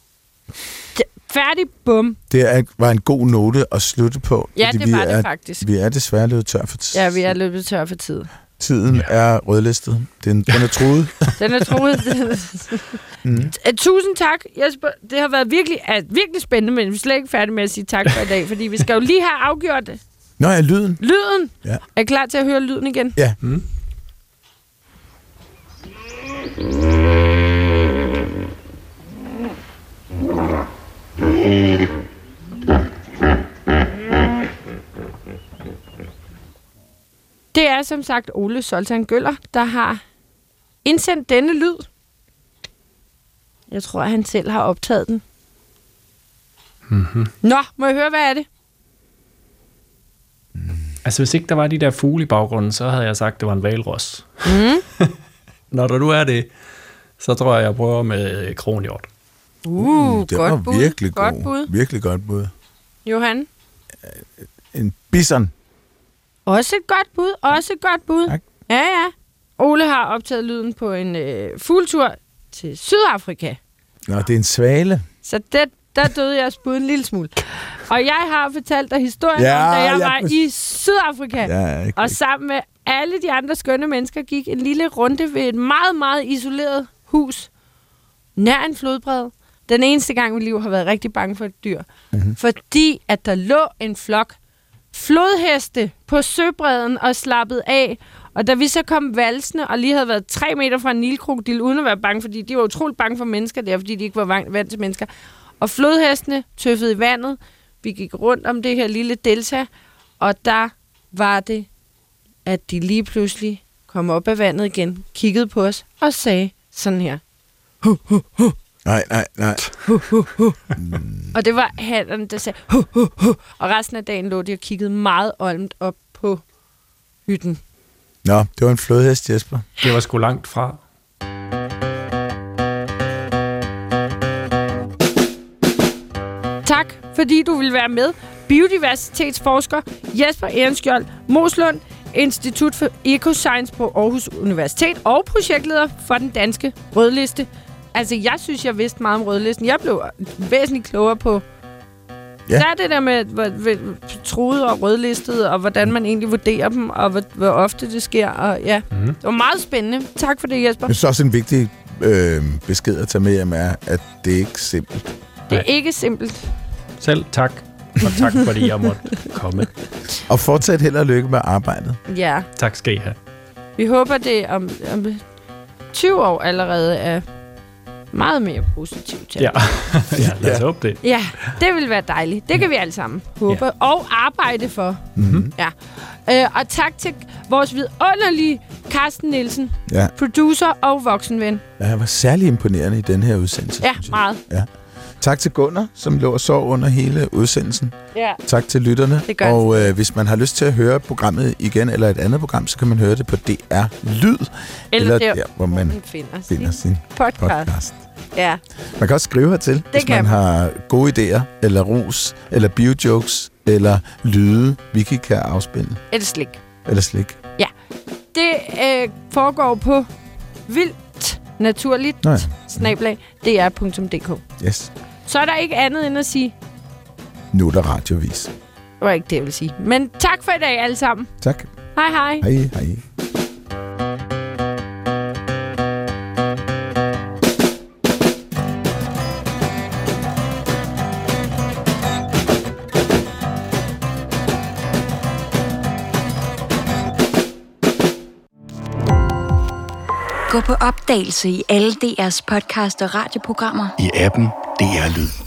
Færdig, bum. Det er, var en god note at slutte på. Ja, det var det er, faktisk. Vi er desværre løbet tør for tid. Ja, vi er løbet tør for tid. Tiden ja. er rødlistet. Den, den er truet. Den er truet. mm. Tusind tak, Jesper. Det har været virkelig, er virkelig spændende, men vi er slet ikke færdige med at sige tak for i dag, fordi vi skal jo lige have afgjort det. Nå ja, lyden. Lyden. Ja. Er I klar til at høre lyden igen? Ja. Mm. Det er som sagt Ole Zoltan Gøller, der har indsendt denne lyd. Jeg tror, at han selv har optaget den. Mm-hmm. Nå, må jeg høre, hvad er det? Altså, hvis ikke der var de der fugle i baggrunden, så havde jeg sagt, at det var en hvalros. Mm. Når der nu er det, så tror jeg, jeg prøver med kronhjort. Uh, mm, det godt var bud. virkelig godt god. bud. Virkelig godt bud. Johan? En bison. Også et godt bud. Også et godt bud. Tak. Ja, ja. Ole har optaget lyden på en øh, fugletur til Sydafrika. Nå, det er en svale. Så det, der døde jeres bud en lille smule. Og jeg har fortalt dig historien ja, om, da jeg, jeg var i Sydafrika. Ja, og sammen med alle de andre skønne mennesker gik en lille runde ved et meget, meget isoleret hus nær en flodbred. Den eneste gang i mit liv har været rigtig bange for et dyr. Mm-hmm. Fordi at der lå en flok flodheste på søbredden og slappet af. Og da vi så kom valsende og lige havde været tre meter fra en nilkrokodil, uden at være bange, fordi de var utroligt bange for mennesker der, fordi de ikke var vant til mennesker. Og flodhestene tøffede i vandet. Vi gik rundt om det her lille delta, og der var det, at de lige pludselig kom op af vandet igen, kiggede på os og sagde sådan her. Hu, hu, hu. Nej, nej, nej. Hu, hu, hu. Mm. Og det var hannerne, der sagde hu, hu, hu. Og resten af dagen lå de og kiggede meget olmt op på hytten. Nå, det var en flodhest, Jesper. Det var sgu langt fra. Tak, fordi du vil være med. Biodiversitetsforsker Jesper Ehrenskjold Moslund, Institut for Ecoscience på Aarhus Universitet og projektleder for den danske rødliste. Altså, jeg synes, jeg vidste meget om rødlisten. Jeg blev væsentligt klogere på ja. Der er det der med hvor, hvor, truet og rødlistet, og hvordan man egentlig vurderer dem, og hvor, hvor ofte det sker. Og ja, mm-hmm. Det var meget spændende. Tak for det, Jesper. Jeg synes også en vigtig øh, besked at tage med hjem er, at det ikke er simpelt. Det er Nej. ikke simpelt. Selv tak. Og tak, fordi jeg måtte komme. Og fortsat held og lykke med arbejdet. Ja. Tak skal I have. Vi håber, det om, om tyve år allerede er meget mere positivt til. Ja, ja lad os ja. håbe det. Ja, det vil være dejligt. Det kan vi alle sammen håbe. Ja. Og arbejde for. Mm-hmm. Ja. Øh, og tak til vores vidunderlige Carsten Nielsen, ja. producer og voksenven. Ja, jeg var særlig imponerende i den her udsendelse. Ja, meget. Ja. Tak til Gunnar, som lå og sov under hele udsendelsen. Ja. Tak til lytterne. Og øh, hvis man har lyst til at høre programmet igen, eller et andet program, så kan man høre det på D R Lyd. Eller, eller der, der, hvor man, man finder, finder sin, sin podcast. podcast. Ja. Man kan også skrive hertil, det hvis man, man har gode idéer, eller ros, eller biojokes, eller lyde, vi kan afspille. Eller slik. Eller slik. Ja. Det øh, foregår på vildt naturligt, ja. snablag, d r punktum d k. Yes. Så er der ikke andet end at sige... Nu er der radiovis. Det var ikke det, jeg vil sige. Men tak for i dag, alle sammen. Tak. Hej, hej. Hej, hej. Gå på opdagelse i alle D R's podcast og radioprogrammer. I appen D R Lyd.